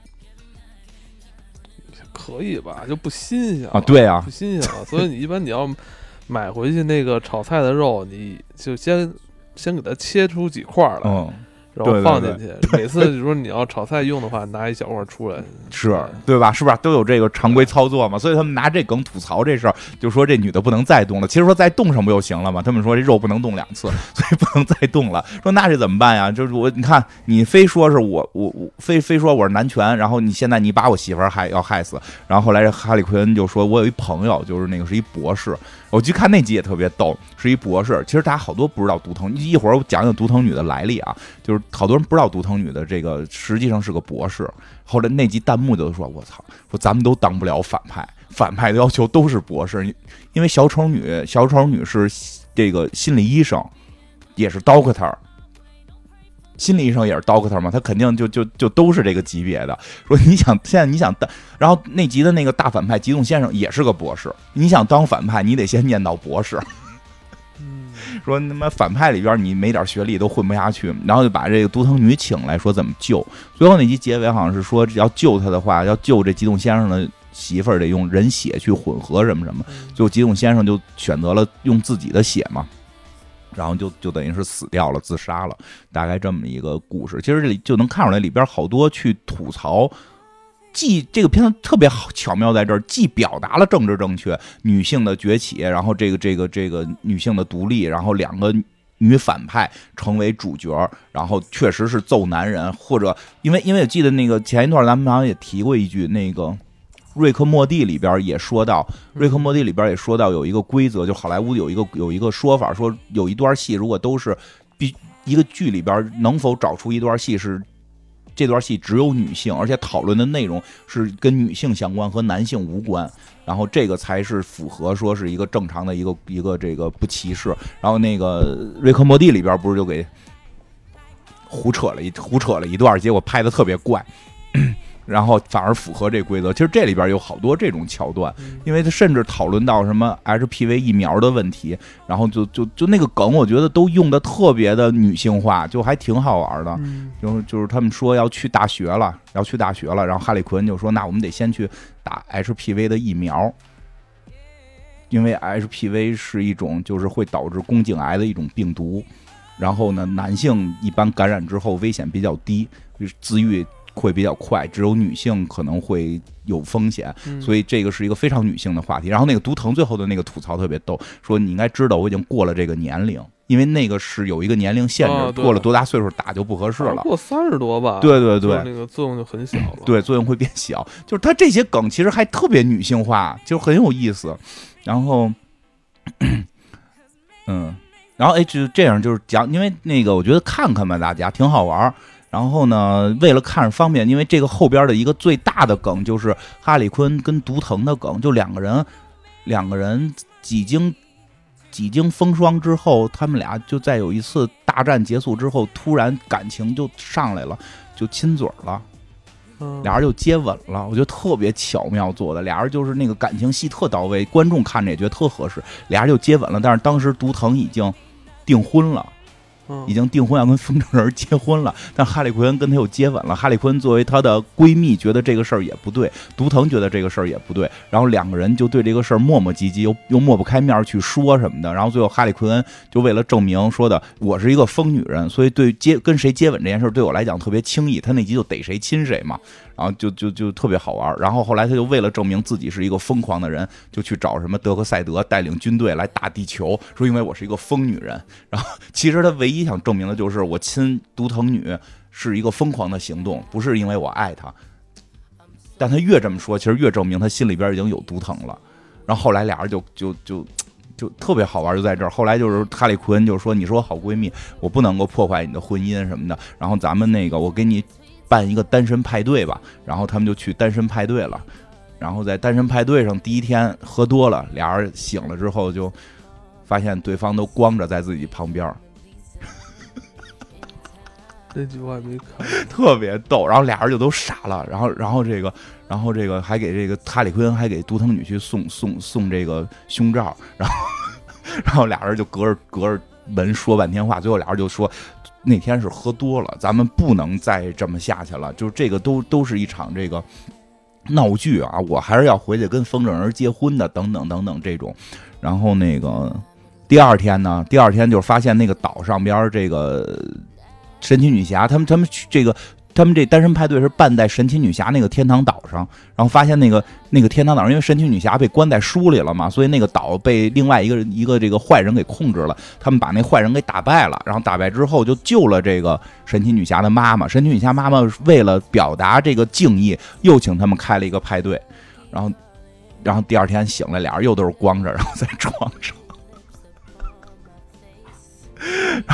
可以吧？就不新鲜啊？对啊， 不新鲜了。所以你一般你要买回去那个炒菜的肉，你就先给它切出几块来，然后放进去。每次就说你要炒菜用的话，拿一小块出来， 是对吧？是不是都有这个常规操作嘛？所以他们拿这梗吐槽这事儿，就说这女的不能再动了。其实说再动上不就行了吗？他们说这肉不能动2次，所以不能再动了。说那这怎么办呀？就是你看你非说是我非说我是男权，然后你现在你把我媳妇儿要害死，然后后来这哈利奎恩就说，我有一朋友就是那个是一博士。我去看那集也特别逗，是一博士。其实大家好多不知道独藤，一会儿我讲讲独藤女的来历啊。就是好多人不知道独藤女的这个实际上是个博士。后来那集弹幕就说：“我操，说咱们都当不了反派， 反派的要求都是博士，因为小丑女是这个心理医生，也是 doctor。心理医生也是 doctor 嘛，他肯定就都是这个级别的。说现在你想当，然后那集的那个大反派吉动先生也是个博士，你想当反派，你得先念到博士。说他妈反派里边你没点学历都混不下去，然后就把这个毒藤女请来说怎么救。最后那集结尾好像是说要救他的话，要救这吉动先生的媳妇儿得用人血去混合什么什么，最后吉动先生就选择了用自己的血嘛。然后就等于是死掉了，自杀了，大概这么一个故事。其实这里就能看出来，里边好多去吐槽，既这个片子特别好巧妙在这儿，既表达了政治正确、女性的崛起，然后这个女性的独立，然后两个女反派成为主角，然后确实是揍男人，或者因为我记得那个前一段咱们好像也提过一句那个。瑞克莫蒂里边也说到，有一个规则，就好莱坞有一个说法，说有一段戏如果都是一个剧里边能否找出一段戏是这段戏只有女性，而且讨论的内容是跟女性相关和男性无关，然后这个才是符合说是一个正常的一个这个不歧视。然后那个瑞克莫蒂里边不是就给胡扯了一段，结果拍的特别怪。然后反而符合这规则。其实这里边有好多这种桥段，因为他甚至讨论到什么 HPV 疫苗的问题，然后就那个梗，我觉得都用的特别的女性化，就还挺好玩的。就是他们说要去大学了，然后哈利奎恩就说：“那我们得先去打 HPV 的疫苗，因为 HPV 是一种就是会导致宫颈癌的一种病毒。然后呢，男性一般感染之后危险比较低，自愈会比较快，只有女性可能会有风险，所以这个是一个非常女性的话题。然后那个毒藤最后的那个吐槽特别逗，说你应该知道我已经过了这个年龄，因为那个是有一个年龄限制，过了多大岁数打就不合适了， 过30多吧。 对， 那个作用就很小了。 对，作用会变小。就是他这些梗其实还特别女性化，就很有意思。然后，然后就这样就是讲，因为那个我觉得看看吧，大家挺好玩。然后呢，为了看着方便，因为这个后边的一个最大的梗就是哈里坤跟毒藤的梗，就两个人几经风霜之后，他们俩就在有一次大战结束之后，突然感情就上来了，就亲嘴了。俩人就接吻了，我觉得特别巧妙做的，俩人就是那个感情戏特到位，观众看着也觉得特合适，俩人就接吻了。但是当时毒藤已经订婚了。已经订婚要跟风筝人结婚了，但哈利奎恩跟他又接吻了。哈利奎恩作为她的闺蜜，觉得这个事儿也不对，毒藤觉得这个事儿也不对，然后两个人就对这个事儿磨磨唧唧，又抹不开面去说什么的。然后最后哈利奎恩就为了证明说的我是一个疯女人，所以对跟谁接吻这件事对我来讲特别轻易，他那集就逮谁亲谁嘛。然后就特别好玩。然后后来他就为了证明自己是一个疯狂的人，就去找什么德克赛德带领军队来打地球，说因为我是一个疯女人。然后其实他唯一想证明的就是我亲毒藤女是一个疯狂的行动，不是因为我爱她。但他越这么说，其实越证明他心里边已经有毒藤了。然后后来俩人就特别好玩，就在这儿。后来就是哈利奎恩就说：“你是我好闺蜜，我不能够破坏你的婚姻什么的。然后咱们那个，我给你办一个单身派对吧。”然后他们就去单身派对了。然后在单身派对上第一天喝多了，俩人醒了之后就发现对方都光着在自己旁边。 这集我还没看， 特别逗。然后俩人就都傻了。然后这个还给这个哈里奎恩还给毒藤女去送这个胸罩。然后俩人就隔着门说半天话。最后俩人就说那天是喝多了，咱们不能再这么下去了。就是这个都是一场这个闹剧啊！我还是要回去跟风筝人结婚的，等等等等这种。然后那个第二天就是发现那个岛上边这个神奇女侠，他们这单身派对是办在神奇女侠那个天堂岛上，然后发现那个天堂岛上，因为神奇女侠被关在书里了嘛，所以那个岛被另外一个这个坏人给控制了。他们把那坏人给打败了，然后打败之后就救了这个神奇女侠的妈妈。神奇女侠妈妈为了表达这个敬意，又请他们开了一个派对。然后第二天醒了，俩人又都是光着，然后在床上。然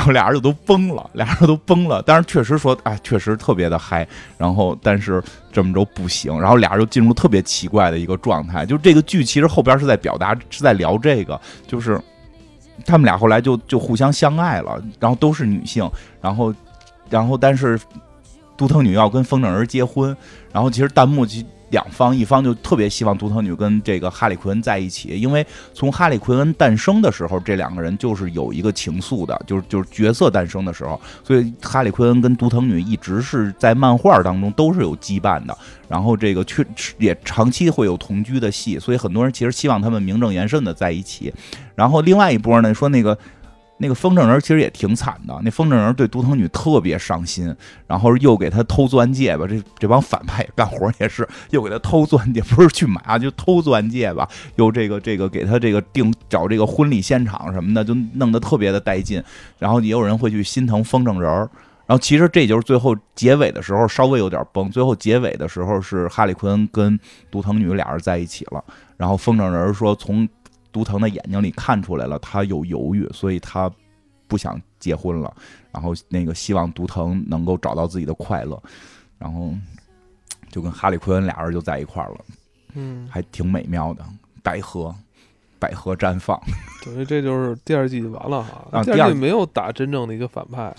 后俩人就都崩了。当然确实说，哎，确实特别的嗨。然后但是这么着不行，然后俩人就进入特别奇怪的一个状态。就这个剧其实后边是在表达，是在聊这个，就是他们俩后来就互相相爱了，然后都是女性，然后但是独藤女要跟风筝人结婚，然后其实弹幕两方，一方就特别希望独藤女跟这个哈利奎恩在一起，因为从哈利奎恩诞生的时候，这两个人就是有一个情愫的，就是角色诞生的时候，所以哈利奎恩跟独藤女一直是在漫画当中都是有羁绊的，然后这个也长期会有同居的戏，所以很多人其实希望他们名正言顺的在一起。然后另外一波呢，说那个风筝人其实也挺惨的，那风筝人对独藤女特别伤心，然后又给他偷钻戒吧，这帮反派也干活也是，又给他偷钻戒，不是去买啊，就偷钻戒吧，又这个给他这个找这个婚礼现场什么的，就弄得特别的带劲，然后也有人会去心疼风筝人，然后其实这就是最后结尾的时候稍微有点崩，最后结尾的时候是哈利奎恩跟独藤女俩人在一起了，然后风筝人说从独藤的眼睛里看出来了，他有犹豫，所以他不想结婚了。然后那个希望独藤能够找到自己的快乐，然后就跟哈利奎恩俩人就在一块儿了，还挺美妙的。百合绽放， 等于这就是第二季就完了哈。 啊， 第二季没有打真正的一个反派啊。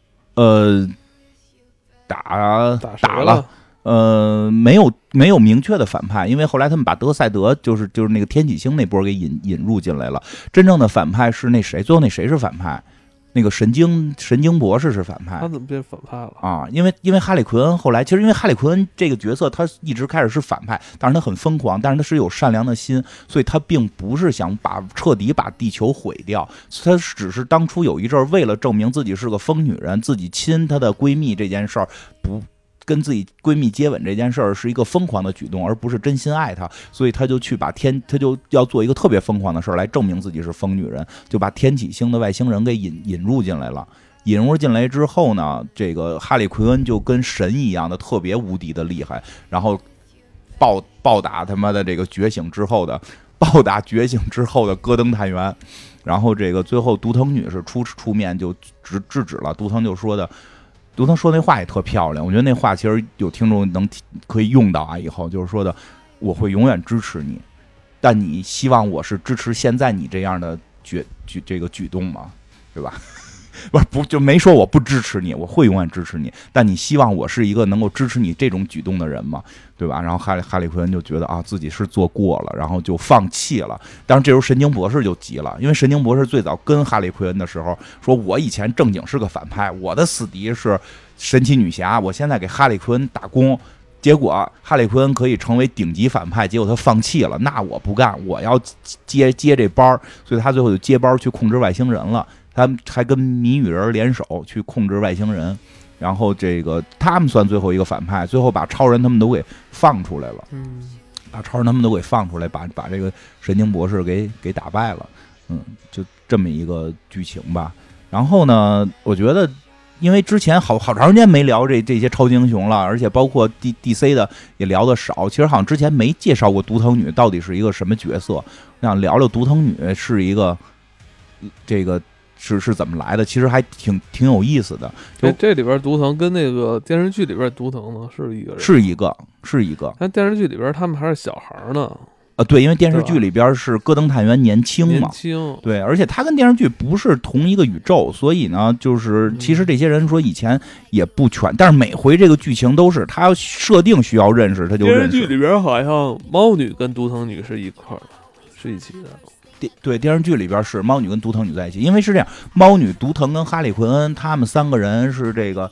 打了。没有明确的反派，因为后来他们把德赛德就是那个天启星那波给引入进来了。真正的反派是那谁，最后那谁是反派？那个神经博士是反派。 他怎么变反派了啊？因为哈利奎恩后来，其实因为哈利奎恩这个角色他一直开始是反派，但是他很疯狂，但是他是有善良的心，所以他并不是想彻底把地球毁掉，他只是当初有一阵为了证明自己是个疯女人，自己亲她的闺蜜这件事儿不。跟自己闺蜜接吻这件事儿是一个疯狂的举动，而不是真心爱她，所以他就去他就要做一个特别疯狂的事儿来证明自己是疯女人，就把天启星的外星人给引入进来了。引入进来之后呢，这个哈利奎恩就跟神一样的特别无敌的厉害，然后暴打他妈的这个觉醒之后的戈登探员，然后这个最后独藤女是出面就制止了。独藤说那话也特漂亮，我觉得那话其实有听众可以用到啊，以后就是说的，我会永远支持你，但你希望我是支持现在你这样的这个举动吗？对吧？不就没说我不支持你，我会永远支持你，但你希望我是一个能够支持你这种举动的人吗？对吧？然后哈利奎恩就觉得啊自己是做过了，然后就放弃了。当然这时候神经博士就急了，因为神经博士最早跟哈利奎恩的时候说，我以前正经是个反派，我的死敌是神奇女侠，我现在给哈利奎恩打工，结果哈利奎恩可以成为顶级反派，结果他放弃了，那我不干，我要接这班，所以他最后就接班去控制外星人了。他还跟谜语人联手去控制外星人，然后这个他们算最后一个反派，最后把超人他们都给放出来了，把超人他们都给放出来，把这个神经博士给打败了，就这么一个剧情吧。然后呢，我觉得因为之前好长时间没聊这些超级英雄了，而且包括 DC 的也聊得少，其实好像之前没介绍过独藤女到底是一个什么角色，我想聊聊独藤女是一个这个。是怎么来的？其实还挺有意思的。 这里边独藤跟那个电视剧里边独藤呢是一个人， 是一个。 但电视剧里边他们还是小孩呢。 对，因为电视剧里边是戈登探员年轻嘛，对，而且他跟电视剧不是同一个宇宙，所以呢，就是其实这些人说以前也不全，但是每回这个剧情都是他设定需要认识，他就认识。 电视剧里边好像猫女跟独藤女是一块的，是一起的。 对，电视剧里边是猫女跟独藤女在一起，因为是这样，猫女、独藤跟哈利奎恩他们三个人是这个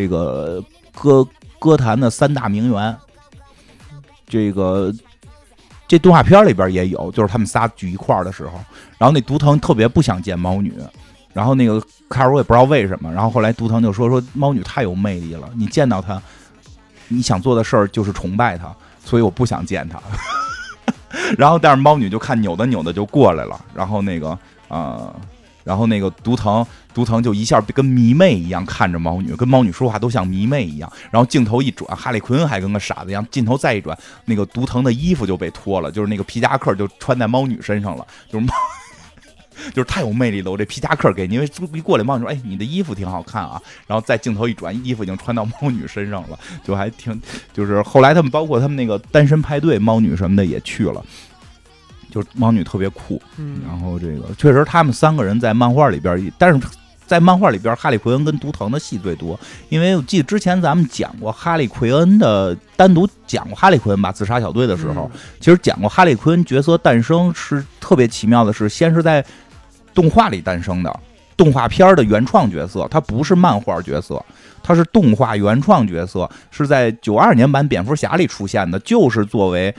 歌坛的三大名媛。这动画片里边也有，就是他们仨聚一块儿的时候，然后那独藤特别不想见猫女，然后那个卡尔我也不知道为什么，然后后来独藤就说猫女太有魅力了，你见到她，你想做的事儿就是崇拜她，所以我不想见她。然后但是猫女就看扭的就过来了，然后那个独藤就一下跟迷妹一样看着猫女，跟猫女说话都像迷妹一样，然后镜头一转，哈利奎恩还跟个傻子一样，镜头再一转，那个独藤的衣服就被脱了，就是那个皮夹克就穿在猫女身上了，就是就是太有魅力了。我这皮夹克给你，因为一过来猫女说：“哎，你的衣服挺好看啊。”然后再镜头一转，衣服已经穿到猫女身上了，就还挺就是后来他们包括他们那个单身派对，猫女什么的也去了。就是猫女特别酷，然后这个确实他们3个人在漫画里边，但是在漫画里边，哈利奎恩跟毒藤的戏最多，因为我记得之前咱们讲过哈利奎恩的，单独讲过哈利奎恩吧，自杀小队的时候，其实讲过哈利奎恩角色诞生是特别奇妙的是，先是在动画里诞生的，动画片的原创角色，他不是漫画角色，他是动画原创角色，是在92年版蝙蝠侠里出现的，就是作为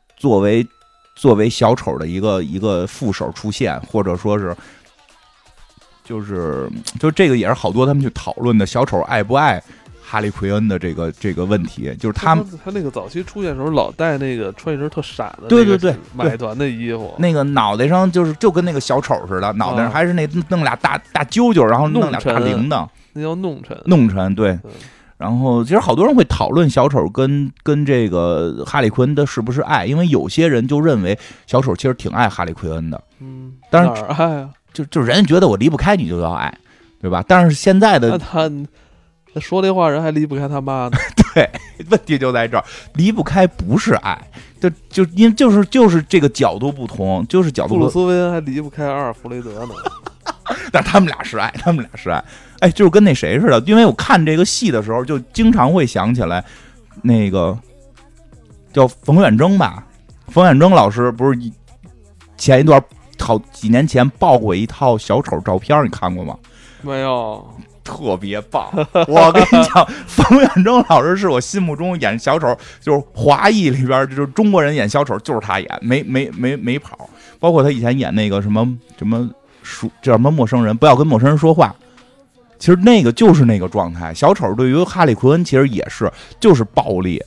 小丑的一个副手出现，或者说是就这个也是好多他们去讨论的，小丑爱不爱哈利奎恩的这个问题，就是他那个早期出现的时候老带那个穿一身特闪的对买团的衣服， 那个脑袋上就跟那个小丑似的，脑袋上还是那弄俩大揪揪，然后弄俩大铃铛， 那叫弄臣对。然后其实好多人会讨论小丑跟这个哈利奎恩的是不是爱，因为有些人就认为小丑其实挺爱哈利奎恩的，但是哪儿爱啊？ 就人家觉得我离不开你就要爱，对吧？但是现在的那他说这话人还离不开他妈呢。 对，问题就在这儿，离不开不是爱，就是这个角度不同，就是角度。布鲁斯韦恩还离不开阿尔弗雷德呢。 但他们俩是爱，哎，就是跟那谁似的，因为我看这个戏的时候，就经常会想起来那个叫冯远征吧，冯远征老师不是前一段好几年前爆过一套小丑照片，你看过吗？ 没有。 特别棒，我跟你讲，冯远征老师是我心目中演小丑，就是华裔里边就是中国人演小丑就是他演，没跑。包括他以前演那个什么叫什么陌生人，不要跟陌生人说话。其实那个就是那个状态。小丑对于哈利奎恩其实也是，就是暴力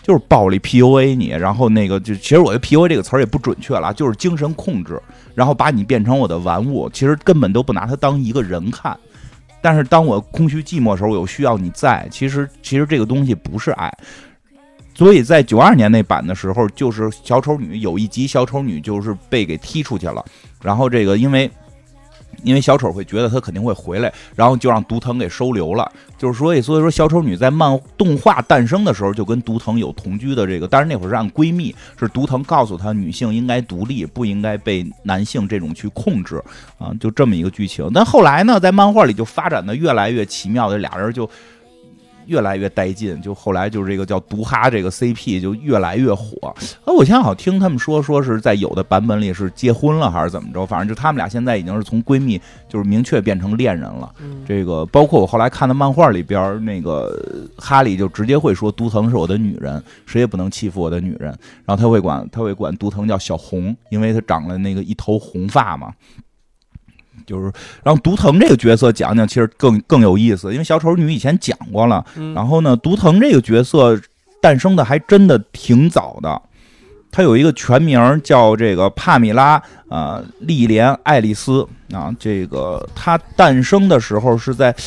PUA 你，然后那个就其实我觉得 PUA 这个词儿也不准确了，就是精神控制，然后把你变成我的玩物，其实根本都不拿他当一个人看。但是当我空虚寂寞的时候，我有需要你在，其实这个东西不是爱。所以在92年那版的时候，就是小丑女有一集小丑女就是被给踢出去了，然后这个因为小丑会觉得他肯定会回来，然后就让毒藤给收留了。就是所以说小丑女在动画诞生的时候就跟毒藤有同居的这个，但是那会儿是按闺蜜，是毒藤告诉她女性应该独立，不应该被男性这种去控制啊，就这么一个剧情。但后来呢，在漫画里就发展的越来越奇妙，这俩人就越来越带劲，就后来就是这个叫毒哈这个 CP 就越来越火。我现在好听他们说是在有的版本里是结婚了还是怎么着，反正就他们俩现在已经是从闺蜜就是明确变成恋人了。这个包括我后来看的漫画里边，那个哈利就直接会说毒藤是我的女人，谁也不能欺负我的女人。然后他会管毒藤叫小红，因为他长了那个一头红发嘛。就是然后毒藤这个角色讲其实更有意思，因为小丑女以前讲过了，然后呢毒藤这个角色诞生的还真的挺早的，他有一个全名叫这个帕米拉莉莲爱丽丝啊，这个他诞生的时候是在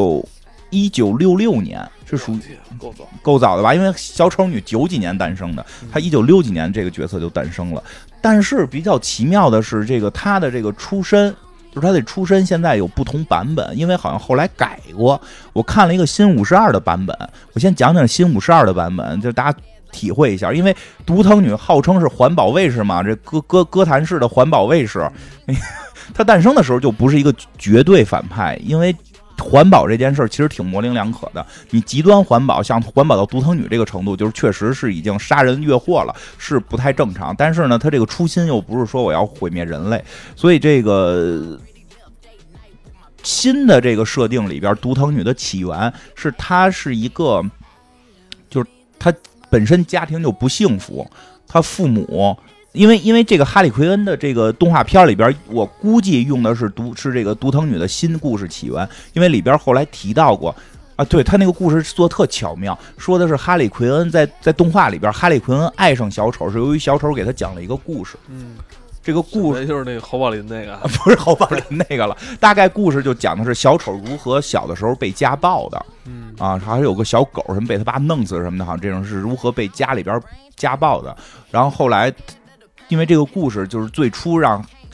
1966年，是属于够早的吧？因为小丑女90几年诞生的，他1960几年这个角色就诞生了。但是比较奇妙的是，这个他的这个出身。就是他的出身现在有不同版本，因为好像后来改过。我看了一个新52的版本，我先讲讲新52的版本，就大家体会一下。因为毒藤女号称是环保卫士嘛，这哥谭市的环保卫士，他诞生的时候就不是一个绝对反派，因为环保这件事其实挺模棱两可的。你极端环保，像环保到毒藤女这个程度，就是确实是已经杀人越货了，是不太正常。但是呢，他这个初心又不是说我要毁灭人类，所以这个新的这个设定里边，毒藤女的起源是她是一个，就是她本身家庭就不幸福，她父母。因为这个哈利奎恩的这个动画片里边，我估计用的是这个毒藤女的新故事起源，因为里边后来提到过啊，对他那个故事做得特巧妙，说的是哈利奎恩在动画里边，哈利奎恩爱上小丑是由于小丑给他讲了一个故事，这个故事就是那个侯宝林那个， 不是侯宝林那个了，大概故事就讲的是小丑如何小的时候被家暴的，还有个小狗什么被他爸弄死什么的，好像这种是如何被家里边家暴的，然后后来。因为这个故事就是最初让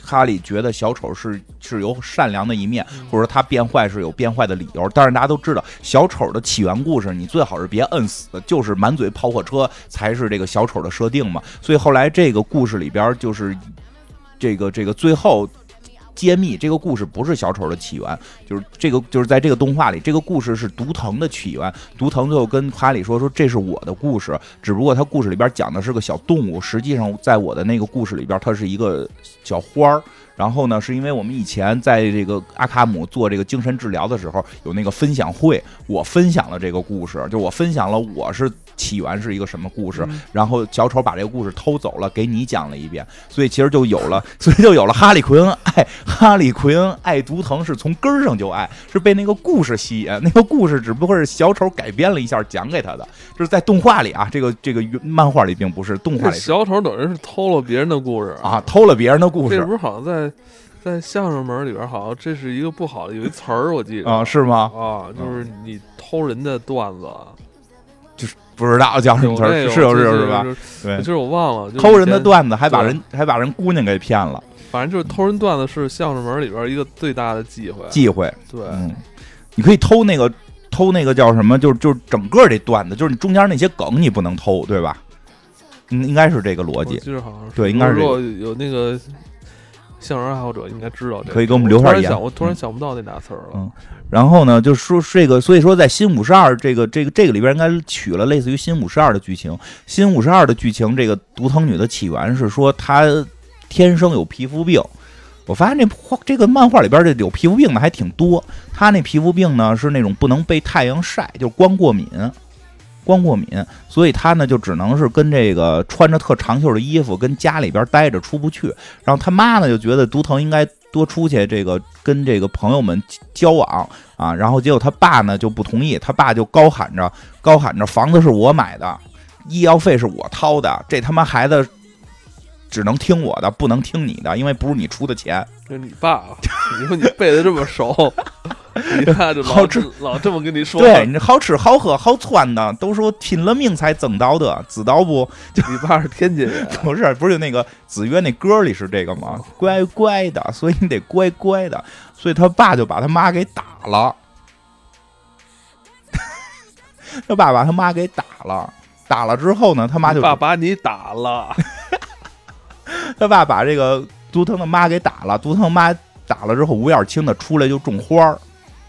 哈利觉得小丑是有善良的一面，或者说他变坏是有变坏的理由。但是大家都知道，小丑的起源故事，你最好是别摁死，就是满嘴跑火车才是这个小丑的设定嘛。所以后来这个故事里边就是这个最后揭秘这个故事不是小丑的起源，就是在这个动画里，这个故事是毒藤的起源。毒藤最后跟哈利说这是我的故事，只不过他故事里边讲的是个小动物，实际上在我的那个故事里边，它是一个小花儿。然后呢，是因为我们以前在这个阿卡姆做这个精神治疗的时候，有那个分享会，我分享了这个故事，就我分享了我是起源是一个什么故事，然后小丑把这个故事偷走了，给你讲了一遍，所以其实就有了哈利奎恩爱毒藤是从根儿上就爱，是被那个故事吸引，那个故事只不过是小丑改编了一下讲给他的，就是在动画里啊，这个漫画里并不是，动画里小丑等于是偷了别人的故事啊，偷了别人的故事， 这不是好像在相声门里边，好像这是一个不好的有一词儿，我记得啊，是吗？ 啊，就是你偷人的段子， 就是不知道叫什么词儿，是吧？对， 就是我忘了， 偷人的段子还把人姑娘给骗了。 反正就是偷人段子是相声门里边一个最大的忌讳。对， 你可以偷那个叫什么？就是整个这段子，就是你中间那些梗你不能偷，对吧？应该是这个逻辑。 就是好像是对，应该是这个。 有那个相声爱好者应该知道这个， 可以给我们留下言。 我突然想不到那俩词儿了。 然后呢，就说这个，所以说在新52这个里边应该取了类似于新52的剧情。新52的剧情，这个毒藤女的起源是说她天生有皮肤病。我发现这个漫画里边这有皮肤病的还挺多。她那皮肤病呢是那种不能被太阳晒，就是光过敏，所以他呢就只能是跟这个穿着特长袖的衣服跟家里边待着，出不去。然后他妈呢就觉得毒藤应该多出去，这个跟这个朋友们交往啊。然后结果他爸呢就不同意，他爸就高喊着房子是我买的，医药费是我掏的，这他妈孩子只能听我的，不能听你的，因为不是你出的钱。 这你爸，你说你背得这么熟。你看， 好吃老这么跟你说， 对你好吃好喝好穿的，都说拼了命才挣到的，知道不？ 就你爸是天津人， 不是那个子曰那歌里是这个吗？乖乖的，所以你得乖乖的，所以他爸就把他妈给打了，他爸把他妈给打了之后呢，他妈就爸把你打了， 他爸把这个毒藤的妈给打了，毒藤妈打了之后，五眼青的出来就种花儿。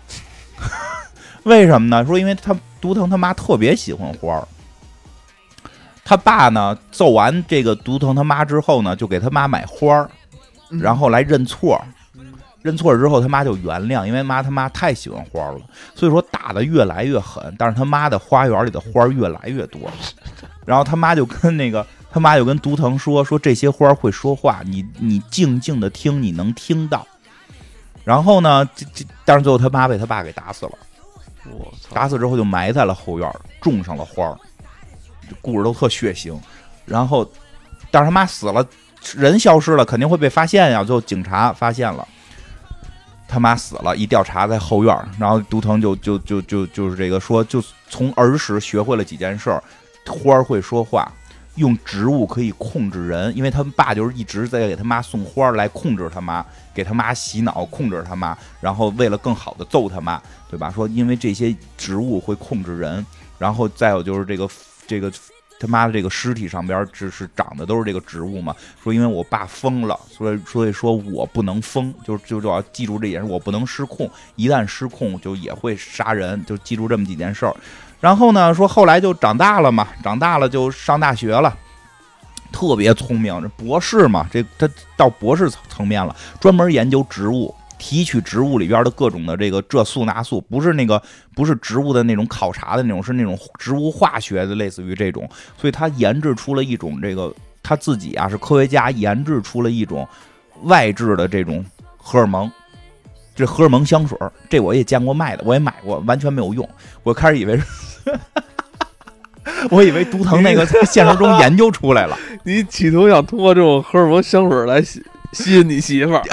为什么呢？说因为毒藤他妈特别喜欢花儿，他爸呢揍完这个毒藤他妈之后呢，就给他妈买花儿，然后来认错。认错之后，他妈就原谅，因为他妈太喜欢花了，所以说打得越来越狠。但是他妈的花园里的花越来越多，然后他妈就跟毒藤说这些花会说话，你静静的听，你能听到。然后呢，但是最后他妈被他爸给打死了。打死之后就埋在了后院，种上了花。故事都特血腥。然后，但是他妈死了，人消失了，肯定会被发现呀。最后警察发现了，他妈死了，一调查在后院，然后毒藤就是这个说，就从儿时学会了几件事儿：花会说话。用植物可以控制人，因为他们爸就是一直在给他妈送花来控制他妈，给他妈洗脑，控制他妈，然后为了更好的揍他妈，对吧？说因为这些植物会控制人，然后再有就是这个他妈的这个尸体上边只是长的都是这个植物嘛。说因为我爸疯了，所以说我不能疯，就要记住这件事，我不能失控，一旦失控就也会杀人，就记住这么几件事儿。然后呢，说后来就长大了嘛，长大了就上大学了，特别聪明，这博士嘛，他到博士层面了，专门研究植物，提取植物里边的各种的这素那素，不是植物的那种考察的那种，是那种植物化学的，类似于这种，所以他研制出了一种他自己啊是科学家，研制出了一种外置的这种荷尔蒙。这荷尔蒙香水，这我也见过卖的，我也买过，完全没有用。我开始以为是，我以为毒藤那个在现实中研究出来了。 你企图想通过这种荷尔蒙香水来吸引你媳妇儿，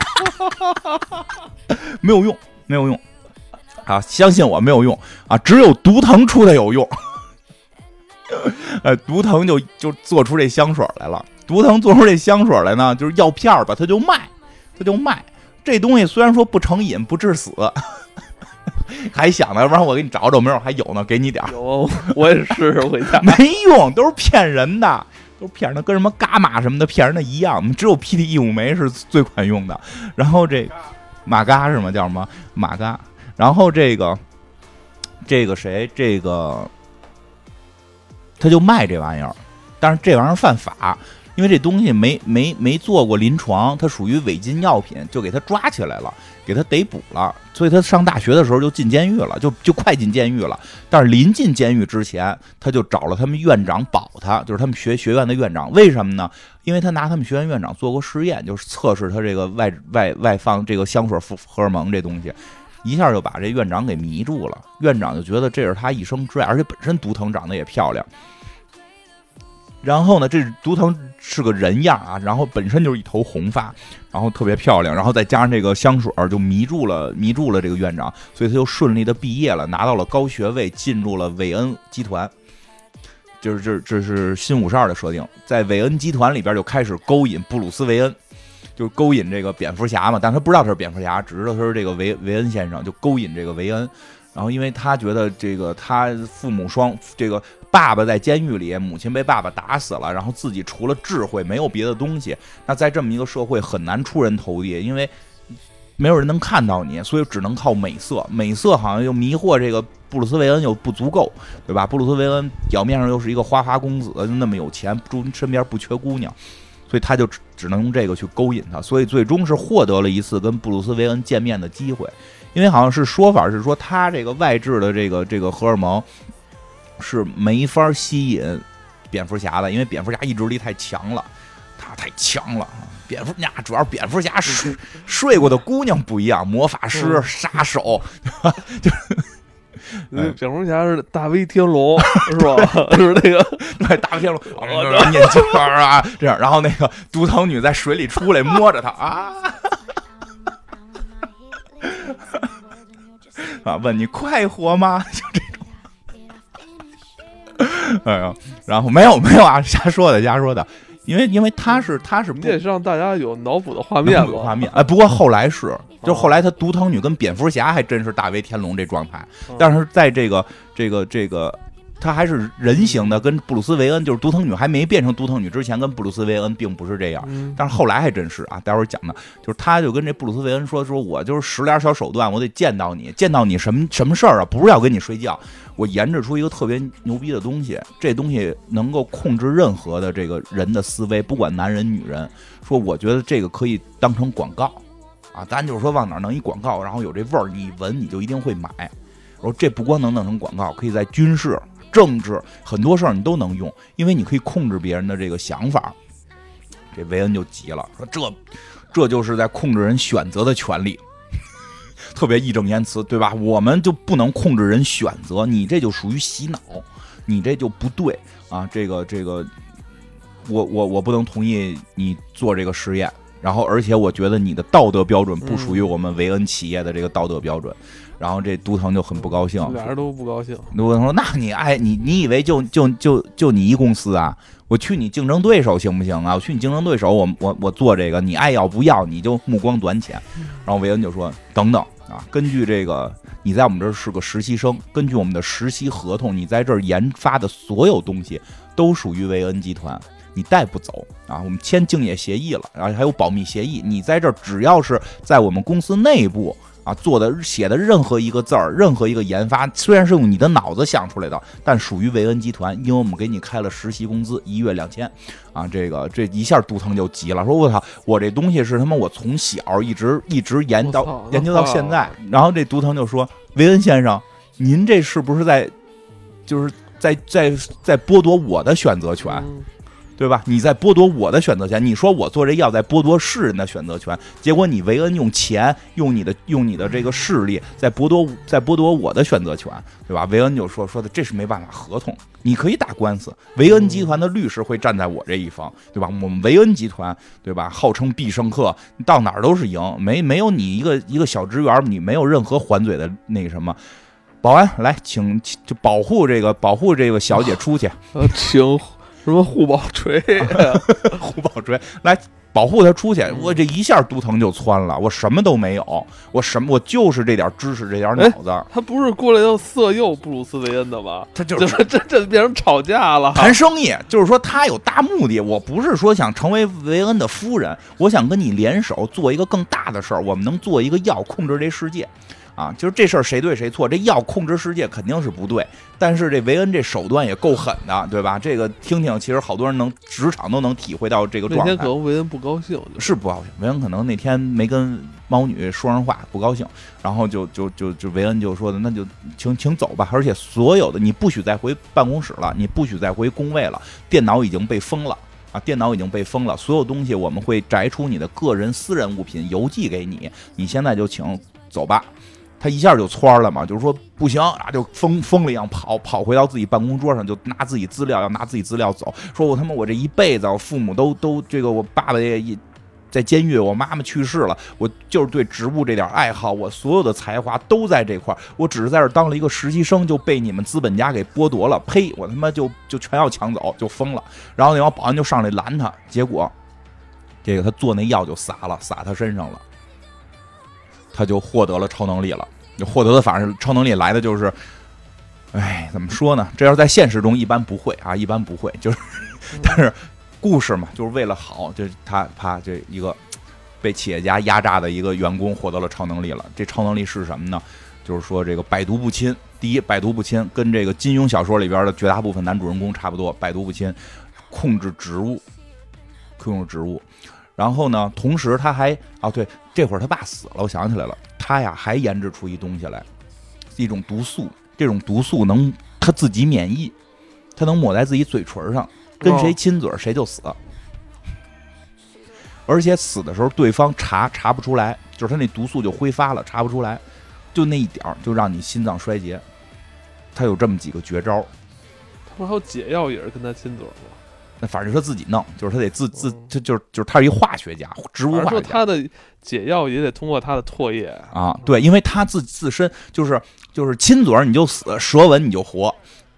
没有用啊！相信我，没有用啊！只有毒藤出的有用。毒藤就做出这香水来了。毒藤做出这香水来呢，就是药片吧，他就卖。 他就卖。这东西虽然说不成瘾不致死，还想呢，要不然我给你找找，没准还有呢，给你点。 有，我也试试回家。 没用，都是骗人的，都是骗人的，跟什么伽马什么的骗人的一样。只有 PT-150酶是最管用的。然后这马嘎是吗？叫什么马嘎？然后这个谁，这个他就卖这玩意儿，但是这玩意儿犯法。因为这东西没做过临床，它属于违禁药品，就给他抓起来了，给他逮捕了，所以他上大学的时候就进监狱了，就快进监狱了。但是临进监狱之前，他就找了他们院长保他，就是他们学院的院长。为什么呢？因为他拿他们学院院长做过实验，就是测试他这个外放这个香水荷尔蒙这东西，一下就把这院长给迷住了。院长就觉得这是他一生之爱，而且本身毒藤长得也漂亮。然后呢，这毒藤是个人样啊，然后本身就是一头红发，然后特别漂亮，然后再加上这个香水就迷住了这个院长，所以他就顺利的毕业了，拿到了高学位，进入了韦恩集团。这是新52的设定，在韦恩集团里边就开始勾引布鲁斯韦恩，就勾引这个蝙蝠侠嘛，但他不知道他是蝙蝠侠，只知道他是这个韦恩先生，就勾引这个韦恩。然后因为他觉得这个他父母这个爸爸在监狱里，母亲被爸爸打死了，然后自己除了智慧没有别的东西，那在这么一个社会很难出人头地，因为没有人能看到你，所以只能靠美色。美色好像又迷惑这个布鲁斯韦恩又不足够，对吧？布鲁斯韦恩表面上又是一个花花公子，那么有钱，身边不缺姑娘，所以他就只能用这个去勾引他，所以最终是获得了一次跟布鲁斯韦恩见面的机会。因为好像是说法是说他这个外置的这个荷尔蒙是没法吸引蝙蝠侠的，因为蝙蝠侠意志力太强了，他太强了。蝙蝠侠主要蝙蝠侠睡过的姑娘不一样，魔法师、杀手，就蝙蝠侠是大威天龙是吧？是那个对大威天龙念经啊这样，然后那个毒藤女在水里出来摸着他啊。啊，问你快活吗？就这种。哎呀，然后没有啊，瞎说的，因为他是你得让大家有脑补的画面吧？ 画面。哎，不过后来就后来他毒藤女跟蝙蝠侠还真是大威天龙这状态，但是在这个他还是人形的，跟布鲁斯韦恩就是毒藤女还没变成毒藤女之前，跟布鲁斯韦恩并不是这样，但是后来还真是啊，待会儿讲的，就是他就跟这布鲁斯韦恩说我就是使点小手段，我得见到你什么事儿啊？不是要跟你睡觉，我研制出一个特别牛逼的东西，这东西能够控制任何的这个人的思维，不管男人女人，说我觉得这个可以当成广告啊，咱就是说往哪弄一广告，然后有这味儿，你闻你就一定会买。然后这不光能弄成广告，可以在军事、政治很多事儿你都能用，因为你可以控制别人的这个想法。这维恩就急了，说这就是在控制人选择的权利，特别义正言辞，对吧？我们就不能控制人选择，你这就属于洗脑，你这就不对啊！这个，我不能同意你做这个实验。然后，而且我觉得你的道德标准不属于我们维恩企业的这个道德标准。然后这毒藤就很不高兴， 俩人都不高兴。 毒藤说：“那你以为就你一公司啊？我去你竞争对手行不行啊？我去你竞争对手，我做这个，你爱要不要？你就目光短浅。”然后维恩就说：“等等啊，根据这个，你在我们这儿是个实习生，根据我们的实习合同，你在这儿研发的所有东西都属于维恩集团。”你带不走啊！我们签竞业协议了，然后还有保密协议。你在这儿只要是在我们公司内部啊写的任何一个字儿，任何一个研发，虽然是用你的脑子想出来的，但属于维恩集团，因为我们给你开了实习工资，1月2000啊！这一下毒藤就急了，说我操，我这东西是他妈我从小一直研究到现在。然后这毒藤就说：“维恩先生，您这是不是在剥夺我的选择权？”对吧？你在剥夺我的选择权，你说我做这药在剥夺世人的选择权，结果你维恩用钱，用你的这个势力在剥夺我的选择权，对吧？维恩就说的这是没办法，合同你可以打官司，维恩集团的律师会站在我这一方，对吧？我们维恩集团，对吧？号称必胜客，到哪儿都是赢，没有你一个小职员，你没有任何还嘴的那个什么。保安来，请就保护这个小姐出去， 请什么护宝锤， 护宝锤来保护他出去。我这一下都腾就窜了，我什么都没有，我就是这点知识，这点脑子。 他不是过来要色诱布鲁斯韦恩的吗？ 他就是这变成吵架了， 谈生意。就是说他有大目的，我不是说想成为韦恩的夫人，我想跟你联手做一个更大的事儿，我们能做一个药控制这世界。啊，就是这事儿谁对谁错，这药控制世界肯定是不对，但是这维恩这手段也够狠的，对吧？这个听听，其实好多人职场都能体会到这个状态。 那天可能维恩不高兴， 是不高兴。维恩可能那天没跟猫女说上话，不高兴，然后就维恩就说的，那就请走吧，而且所有的你不许再回办公室了，你不许再回工位了，电脑已经被封了。啊，电脑已经被封了，所有东西我们会摘出你的个人私人物品邮寄给你，你现在就请走吧。他一下就窜了嘛，就是说不行啊，就疯了一样跑回到自己办公桌上，就拿自己资料，要拿自己资料走。说我这一辈子，我父母都这个，我爸爸也在监狱，我妈妈去世了，我就是对植物这点爱好，我所有的才华都在这块，我只是在这当了一个实习生，就被你们资本家给剥夺了。呸！我他妈就全要抢走，就疯了。然后那帮保安就上来拦他，结果这个他做那药就洒他身上了。他就获得了超能力了，就获得的反正超能力来的就是，哎，怎么说呢？这要是在现实中一般不会啊，一般不会，就是，但是故事嘛，就是为了好，就他这一个被企业家压榨的一个员工获得了超能力了。这超能力是什么呢？就是说这个百毒不侵。第一，百毒不侵，跟这个金庸小说里边的绝大部分男主人公差不多，百毒不侵，控制植物。然后呢，同时他还对，这会儿他爸死了，我想起来了，他呀还研制出一东西来，一种毒素，这种毒素能他自己免疫，他能抹在自己嘴唇上，跟谁亲嘴谁就死，而且死的时候对方查不出来，就是他那毒素就挥发了，查不出来，就那一点就让你心脏衰竭。他有这么几个绝招。 他不是还有解药也是跟他亲嘴吗？ 那反正是他自己弄，就是他得就是他是一化学家，植物化学家。 他的解药也得通过他的唾液啊，对，因为他自身就是亲嘴你就死，舌吻你就活，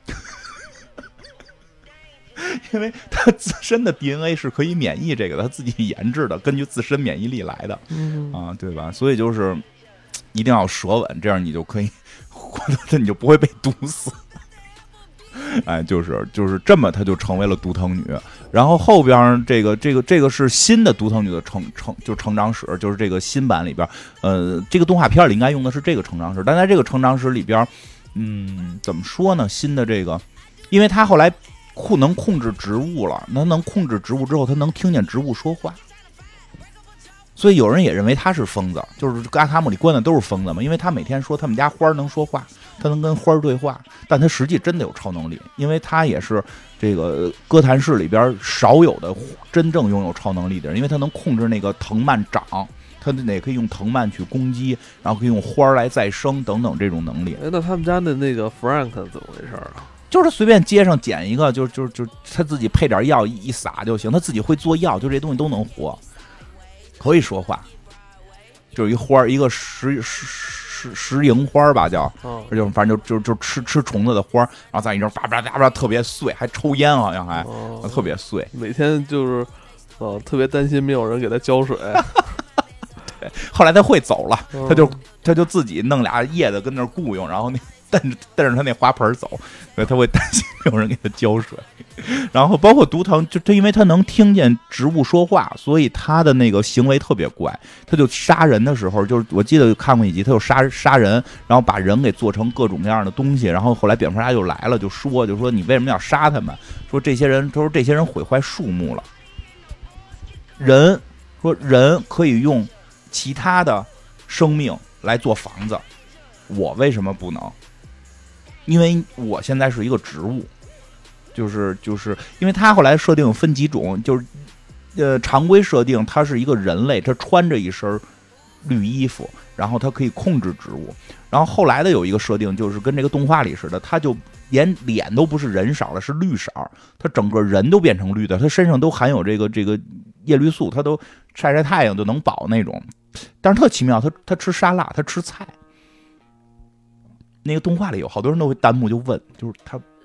因为他自身的 DNA 是可以免疫这个的，他自己研制的，根据自身免疫力来的，啊，对吧？所以就是一定要舌吻，这样你就可以活得，你就不会被毒死。哎，就是这么，他就成为了毒藤女。然后后边这个是新的毒藤女的成长史，就是这个新版里边，这个动画片里应该用的是这个成长史，但在这个成长史里边，怎么说呢？新的这个，因为他后来能控制植物了，他能控制植物之后，他能听见植物说话。所以有人也认为他是疯子，就是阿卡姆里关的都是疯子嘛，因为他每天说他们家花能说话，他能跟花对话，但他实际真的有超能力，因为他也是这个哥谭市里边少有的真正拥有超能力的人，因为他能控制那个藤蔓长，他也可以用藤蔓去攻击，然后可以用花来再生等等这种能力。 那他们家的那个 Frank 怎么回事啊？ 就是随便街上捡一个，就他自己配点药一撒就行，他自己会做药，就这东西都能活。可以说话，就是一花，一个石蝇花吧，叫，就反正就吃虫子的花，然后在一张叭叭叭叭特别碎，还抽烟，好像还特别碎。 每天就是特别担心没有人给他浇水。 对，后来他会走了，他就自己弄俩叶子跟那儿雇佣，然后带着他那花盆走，所以他会担心没有人给他浇水。然后包括毒藤，就他因为他能听见植物说话，所以他的那个行为特别怪。他就杀人的时候，就是我记得看过一集，他就杀人，然后把人给做成各种各样的东西。然后后来蝙蝠侠就来了，就说你为什么要杀他们？说这些人毁坏树木了。人可以用其他的生命来做房子，我为什么不能？因为我现在是一个植物，就是因为他后来设定分几种，就是常规设定他是一个人类，他穿着一身绿衣服，然后他可以控制植物。然后后来的有一个设定就是跟这个动画里似的，他就连脸都不是人色了，是绿色，他整个人都变成绿的，他身上都含有这个叶绿素，他都晒太阳就能饱那种。但是特奇妙，他吃沙拉，他吃菜。那个动画里有好多人都会弹幕就问，就是他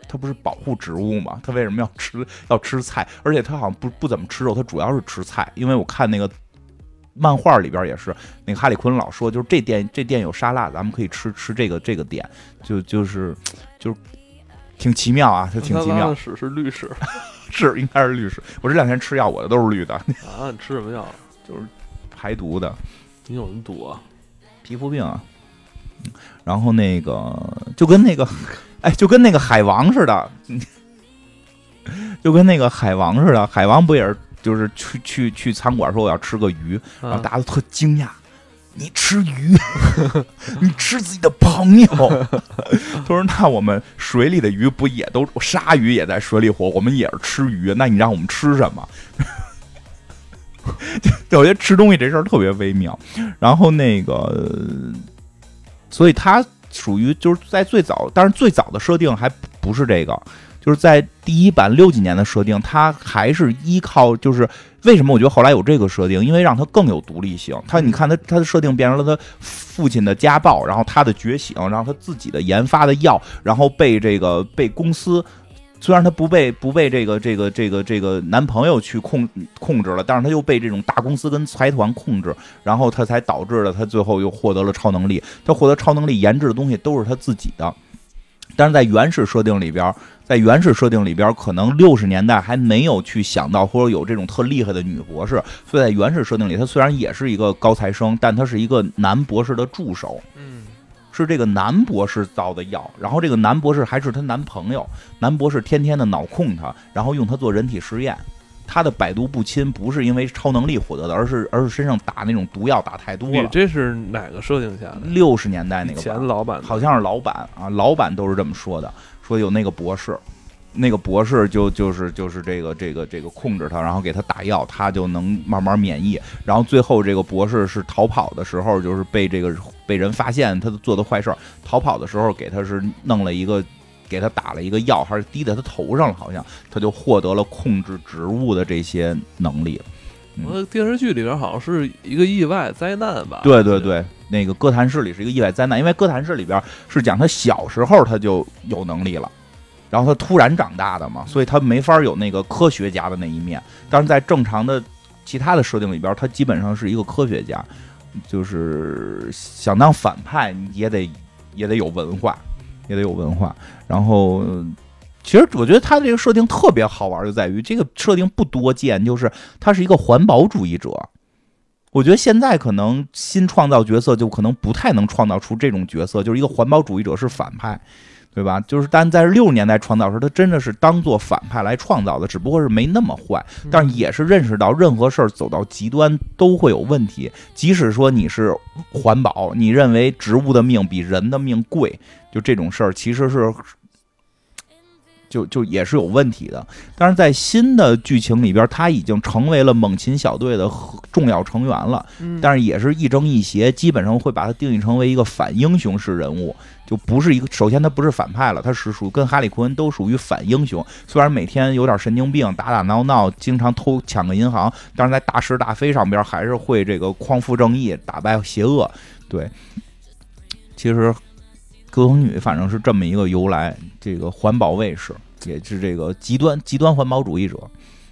保护植物吗？他为什么要吃菜？而且他好像不怎么吃肉，他主要是吃菜。因为我看那个漫画里边也是，那个哈里坤老说，就是这店有沙拉，咱们可以吃这个点，就是挺奇妙啊，就挺奇妙。 屎是绿屎， 是应该是绿屎。我这2天吃药，我的都是绿的。 啊，你吃什么药？ 就是排毒的。 你有什么毒啊？ 皮肤病啊。然后那个就跟那个海王似的，就跟那个海王似的。海王不也是就是去餐馆说我要吃个鱼，然后大家都特惊讶。你吃鱼，你吃自己的朋友。他说：“那我们水里的鱼不也都鲨鱼也在水里活，我们也是吃鱼，那你让我们吃什么？”我觉得吃东西这事儿特别微妙。然后那个，所以它属于就是在最早，但是最早的设定还不是这个。就是在第一版60几年的设定，它还是依靠，就是为什么我觉得后来有这个设定，因为让它更有独立性。你看它的设定变成了他父亲的家暴，然后他的觉醒，然后他自己的研发的药，然后被公司，虽然他不被这个男朋友去控制了，但是他又被这种大公司跟财团控制，然后他才导致了他最后又获得了超能力。他获得超能力研制的东西都是他自己的，但是在原始设定里边，可能60年代还没有去想到或者有这种特厉害的女博士，所以在原始设定里，她虽然也是一个高材生，但她是一个男博士的助手。是这个男博士造的药，然后这个男博士还是她男朋友，男博士天天的脑控她，然后用她做人体实验。他的百毒不侵不是因为超能力获得的，而是身上打那种毒药打太多了。 你这是哪个设定下的 ？60年代那个前老版， 好像是老版啊，老版都是这么说的，说有那个博士。那个博士就是这个控制他，然后给他打药，他就能慢慢免疫。然后最后这个博士是逃跑的时候，就是被人发现他做的坏事，逃跑的时候给他是弄了一个。给他打了一个药，还是滴在他头上了，好像他就获得了控制植物的这些能力。 电视剧里边好像是一个意外灾难吧？ 对对对，那个哥谭市里是一个意外灾难，因为哥谭市里边是讲他小时候他就有能力了，然后他突然长大的嘛，所以他没法有那个科学家的那一面。但是在正常的其他的设定里边，他基本上是一个科学家，就是想当反派也得有文化。然后其实我觉得他这个设定特别好玩，就在于这个设定不多见，就是他是一个环保主义者。我觉得现在可能新创造角色就可能不太能创造出这种角色，就是一个环保主义者是反派，对吧？就是但在60年代创造时，他真的是当做反派来创造的，只不过是没那么坏，但是也是认识到任何事儿走到极端都会有问题。即使说你是环保，你认为植物的命比人的命贵，就这种事儿其实是就也是有问题的。但是在新的剧情里边，他已经成为了猛禽小队的重要成员了，但是也是亦正亦邪，基本上会把他定义成为一个反英雄式人物，就不是一个，首先他不是反派了，他是跟哈里坤都属于反英雄。虽然每天有点神经病，打打闹闹，经常抢个银行，但是在大是大非上边还是会这个匡扶正义，打败邪恶。对，其实歌童女反正是这么一个由来，这个环保卫士也是这个极端环保主义者。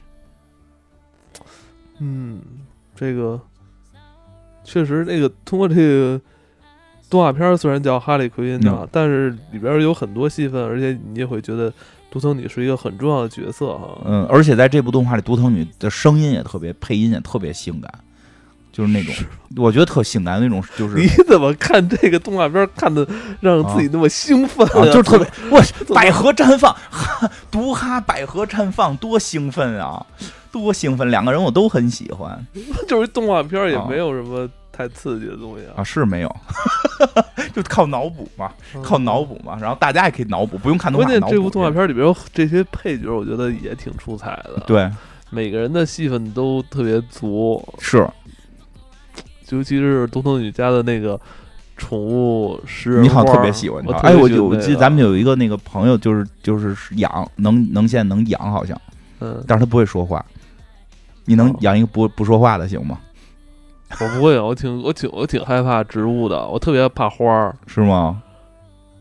这个确实，那个通过这个动画片虽然叫哈利奎因啊，但是里边有很多戏份，而且你也会觉得独藤女是一个很重要的角色哈。 而且在这部动画里，独藤女的声音也特别，配音也特别性感。就是那种，我觉得特性感的那种，就是你怎么看这个动画片看的让自己那么兴奋啊？ 就是特别，百合绽放，毒哈百合绽放，多兴奋啊，多兴奋！两个人我都很喜欢。 就是动画片也没有什么太刺激的东西啊，是没有，就靠脑补嘛，然后大家也可以脑补，不用看动画。 关键这部动画片里边有这些配角，我觉得也挺出彩的。 对， 每个人的戏份都特别足。 是。 尤其是独藤女家的那个宠物食人花， 你好像特别喜欢它。我记得咱们有一个那个朋友，就是养现在能养好像，但是他不会说话。你能养一个不说话的行吗？ 我不会，我挺害怕植物的，我特别怕花儿。 是吗？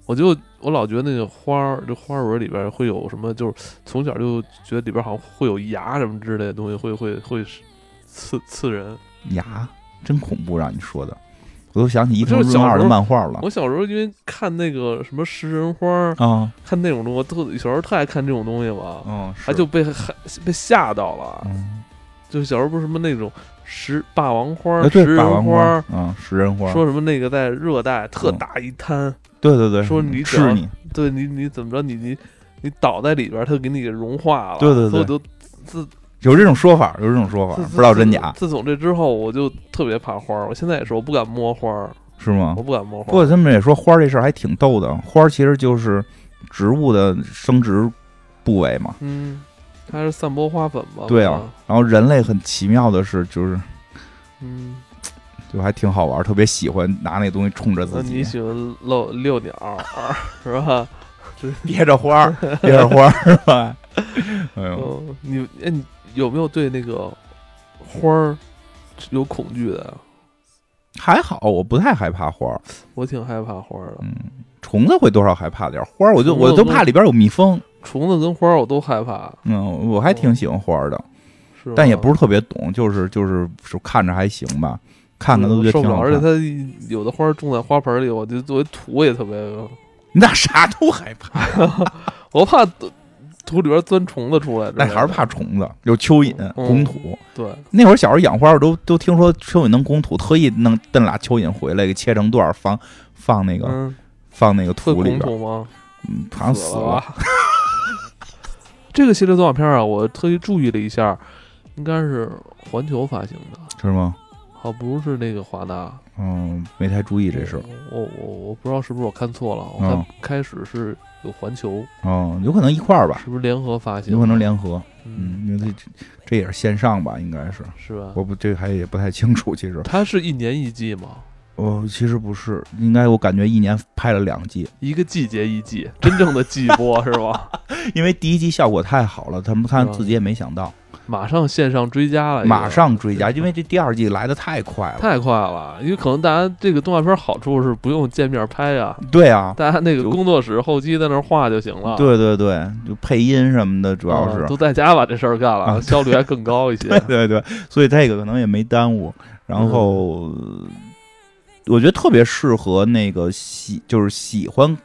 我老觉得那个花儿，这花蕊里边会有什么，就是从小就觉得里边好像会有牙什么之类的东西，会刺人。 牙真恐怖，让你说的，我都想起伊藤润二的漫画了。 我小时候因为看那个什么食人花啊， 看那种东西，小时候特爱看这种东西嘛， 是还就被吓到了。就小时候不是什么那种霸王花、食人花， 食人花， 说什么那个在热带特大一滩， 对， 说你吃你， 对你怎么着，你倒在里边，它给你给融化了， 对， 所以我都有这种说法，不知道真假。 自从这之后，我就特别怕花，我现在也是，我不敢摸花， 是吗？ 我不敢摸花。 不过他们也说花这事儿还挺逗的，花其实就是植物的生殖部位嘛。 它是散播花粉嘛？ 对啊。然后人类很奇妙的是，就是就还挺好玩，特别喜欢拿那东西冲着自己。 你喜欢遛鸟是吧？ 憋着花是吧？哎呦， 你有没有对那个花儿有恐惧的呀？ 还好，我不太害怕花。 我挺害怕花的。 虫子会多少害怕点，花我都怕里边有蜜蜂。 虫子跟花我都害怕。 我还挺喜欢花的，但也不是特别懂，就是看着还行吧，看看都觉得挺好看。 而且它有的花种在花盆里，我就作为土也特别。 你咋啥都害怕？ 我怕土里边钻虫子出来， 那还是怕虫子，有蚯蚓、拱土。 对， 那会儿小时候养花，我都听说蚯蚓能拱土，特意蹬俩蚯蚓回来，给切成段放那个土里边吗？ 好像死了。 这个系列动画片啊，我特意注意了一下，应该是环球发行的， 是吗？ 好，不是那个华纳。 没太注意这事儿。 我不知道是不是我看错了，我看开始是有环球。 有可能一块儿吧？ 是不是联合发行？ 有可能联合。因为这也是线上吧，应该是。 是吧？ 这个也不太清楚，其实。 它是1年1季吗？ 其实不是，应该我感觉1年拍了2季， 一个季节1季，真正的季播是吧？ 因为第1季效果太好了，他们看自己也没想到， 马上线上追加了， 马上追加，因为这第2季来的太快了， 因为可能大家这个动画片好处是不用见面拍呀， 对啊， 大家那个工作室后期在那画就行了， 对，就配音什么的，主要是都在家把这事儿干了，效率还更高一些， 对，所以这个可能也没耽误，然后。我觉得特别适合那个喜欢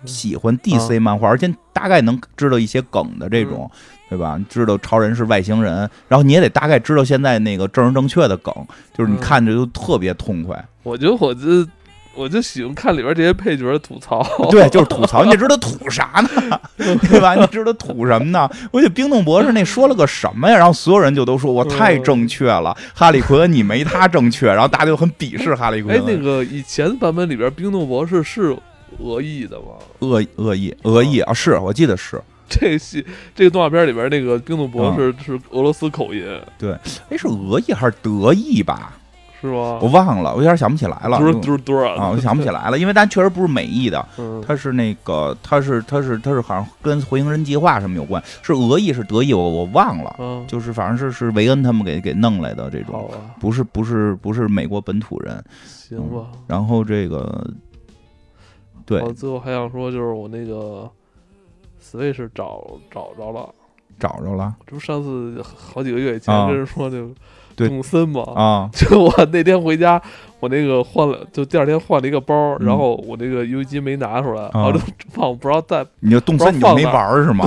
DC 漫画，而且大概能知道一些梗的这种，对吧？知道超人是外星人，然后你也得大概知道现在那个政治正确的梗，就是你看着就特别痛快。 我就喜欢看里边这些配角吐槽， 对，就是吐槽。你知道吐啥呢？对吧？你知道吐什么呢？我觉得冰冻博士那说了个什么呀？然后所有人就都说我太正确了，哈利奎恩你没他正确，然后大家就很鄙视哈利奎恩。 那个以前版本里边冰冻博士是俄裔的吗？ 俄裔啊，是我记得是。 这个动画片里边那个冰冻博士是俄罗斯口音， 对，是俄裔还是德裔吧？ 是吗？ 我忘了，我有点想不起来了。 我想不起来了，因为咱确实不是美裔的，他是那个，他是好像跟回形人计划什么有关，是俄裔是德裔，我忘了，就是反正是维恩他们给弄来的这种，不是美国本土人。 行吧。 然后这个，对， 我最后还想说，就是我那个 Switch 找着了，这不上次好几个月以前跟人说就。动森嘛就我那天回家，我那个换了，就第2天换了一个包，然后我那个游戏机没拿出来，我就放，不知道在你就动森你就没玩是吗？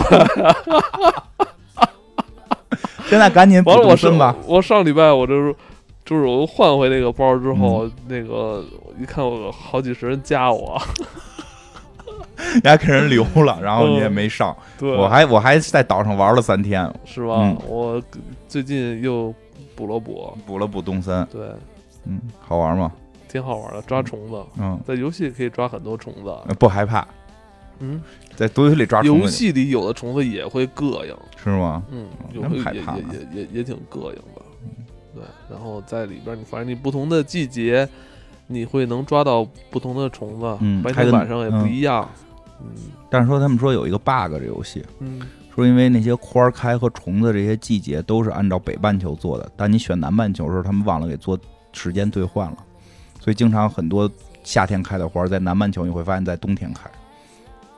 现在赶紧补动森吧。 我上礼拜我就是我换回那个包之后，那个一看我好几十人加我。 你还给人留了，然后你也没上。 对， 我还在岛上玩了3天， 是吧？我最近又补了补动森。 对， 好玩吗？ 挺好玩的，抓虫子。在游戏可以抓很多虫子， 不害怕。在游戏里抓虫子， 游戏里有的虫子也会膈应， 是吗？ 也挺膈应的。对，然后在里边，反正你不同的季节，你会能抓到不同的虫子，白天晚上也不一样。 但是他们说有一个 bug， 这游戏，说因为那些花开和虫子这些季节都是按照北半球做的，但你选南半球的时候，他们忘了给做时间兑换了，所以经常很多夏天开的花在南半球你会发现在冬天开。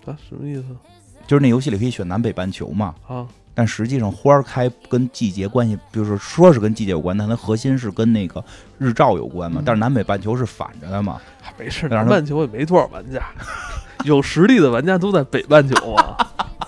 啊，什么意思？ 就是那游戏里可以选南北半球嘛。 啊， 但实际上花开跟季节关系，比如说说是跟季节有关，但它核心是跟那个日照有关嘛。但是南北半球是反着的嘛。 没事，南半球也没多少玩家，有实力的玩家都在北半球嘛。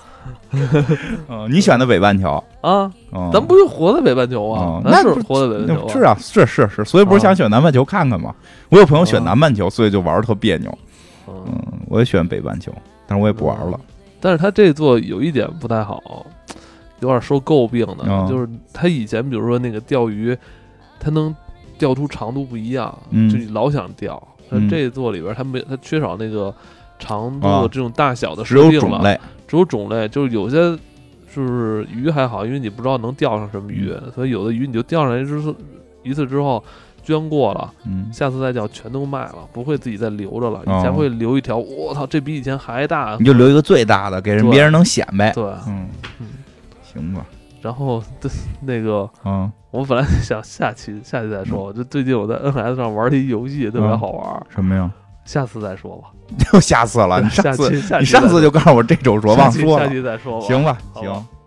你选的北半球啊？咱不就活在北半球吗？ 那是活在北半球。 是啊，是，所以不是想选南半球看看吗？我有朋友选南半球，所以就玩的特别扭。我也选北半球，但是我也不玩了。 但是他这座有一点不太好，有点受诟病的，就是他以前比如说那个钓鱼，他能钓出长度不一样，就你老想钓。但这一座里边他缺少那个长度的这种大小的设定了，只有种类，就是有些就是鱼还好，因为你不知道能钓上什么鱼，所以有的鱼你就钓上来一次之后捐过了，下次再钓全都卖了，不会自己再留着了。以前会留一条，我操，这比以前还大， 你就留一个最大的，给别人能显摆。 对， 行吧。 然后那个，我本来想下期再说，就最近我在 NS 上玩的一游戏特别好玩。 什么呀？ 下次再说吧。 又下次了，你上次就告诉我这种说忘说了。 下期再说吧。 行吧，行。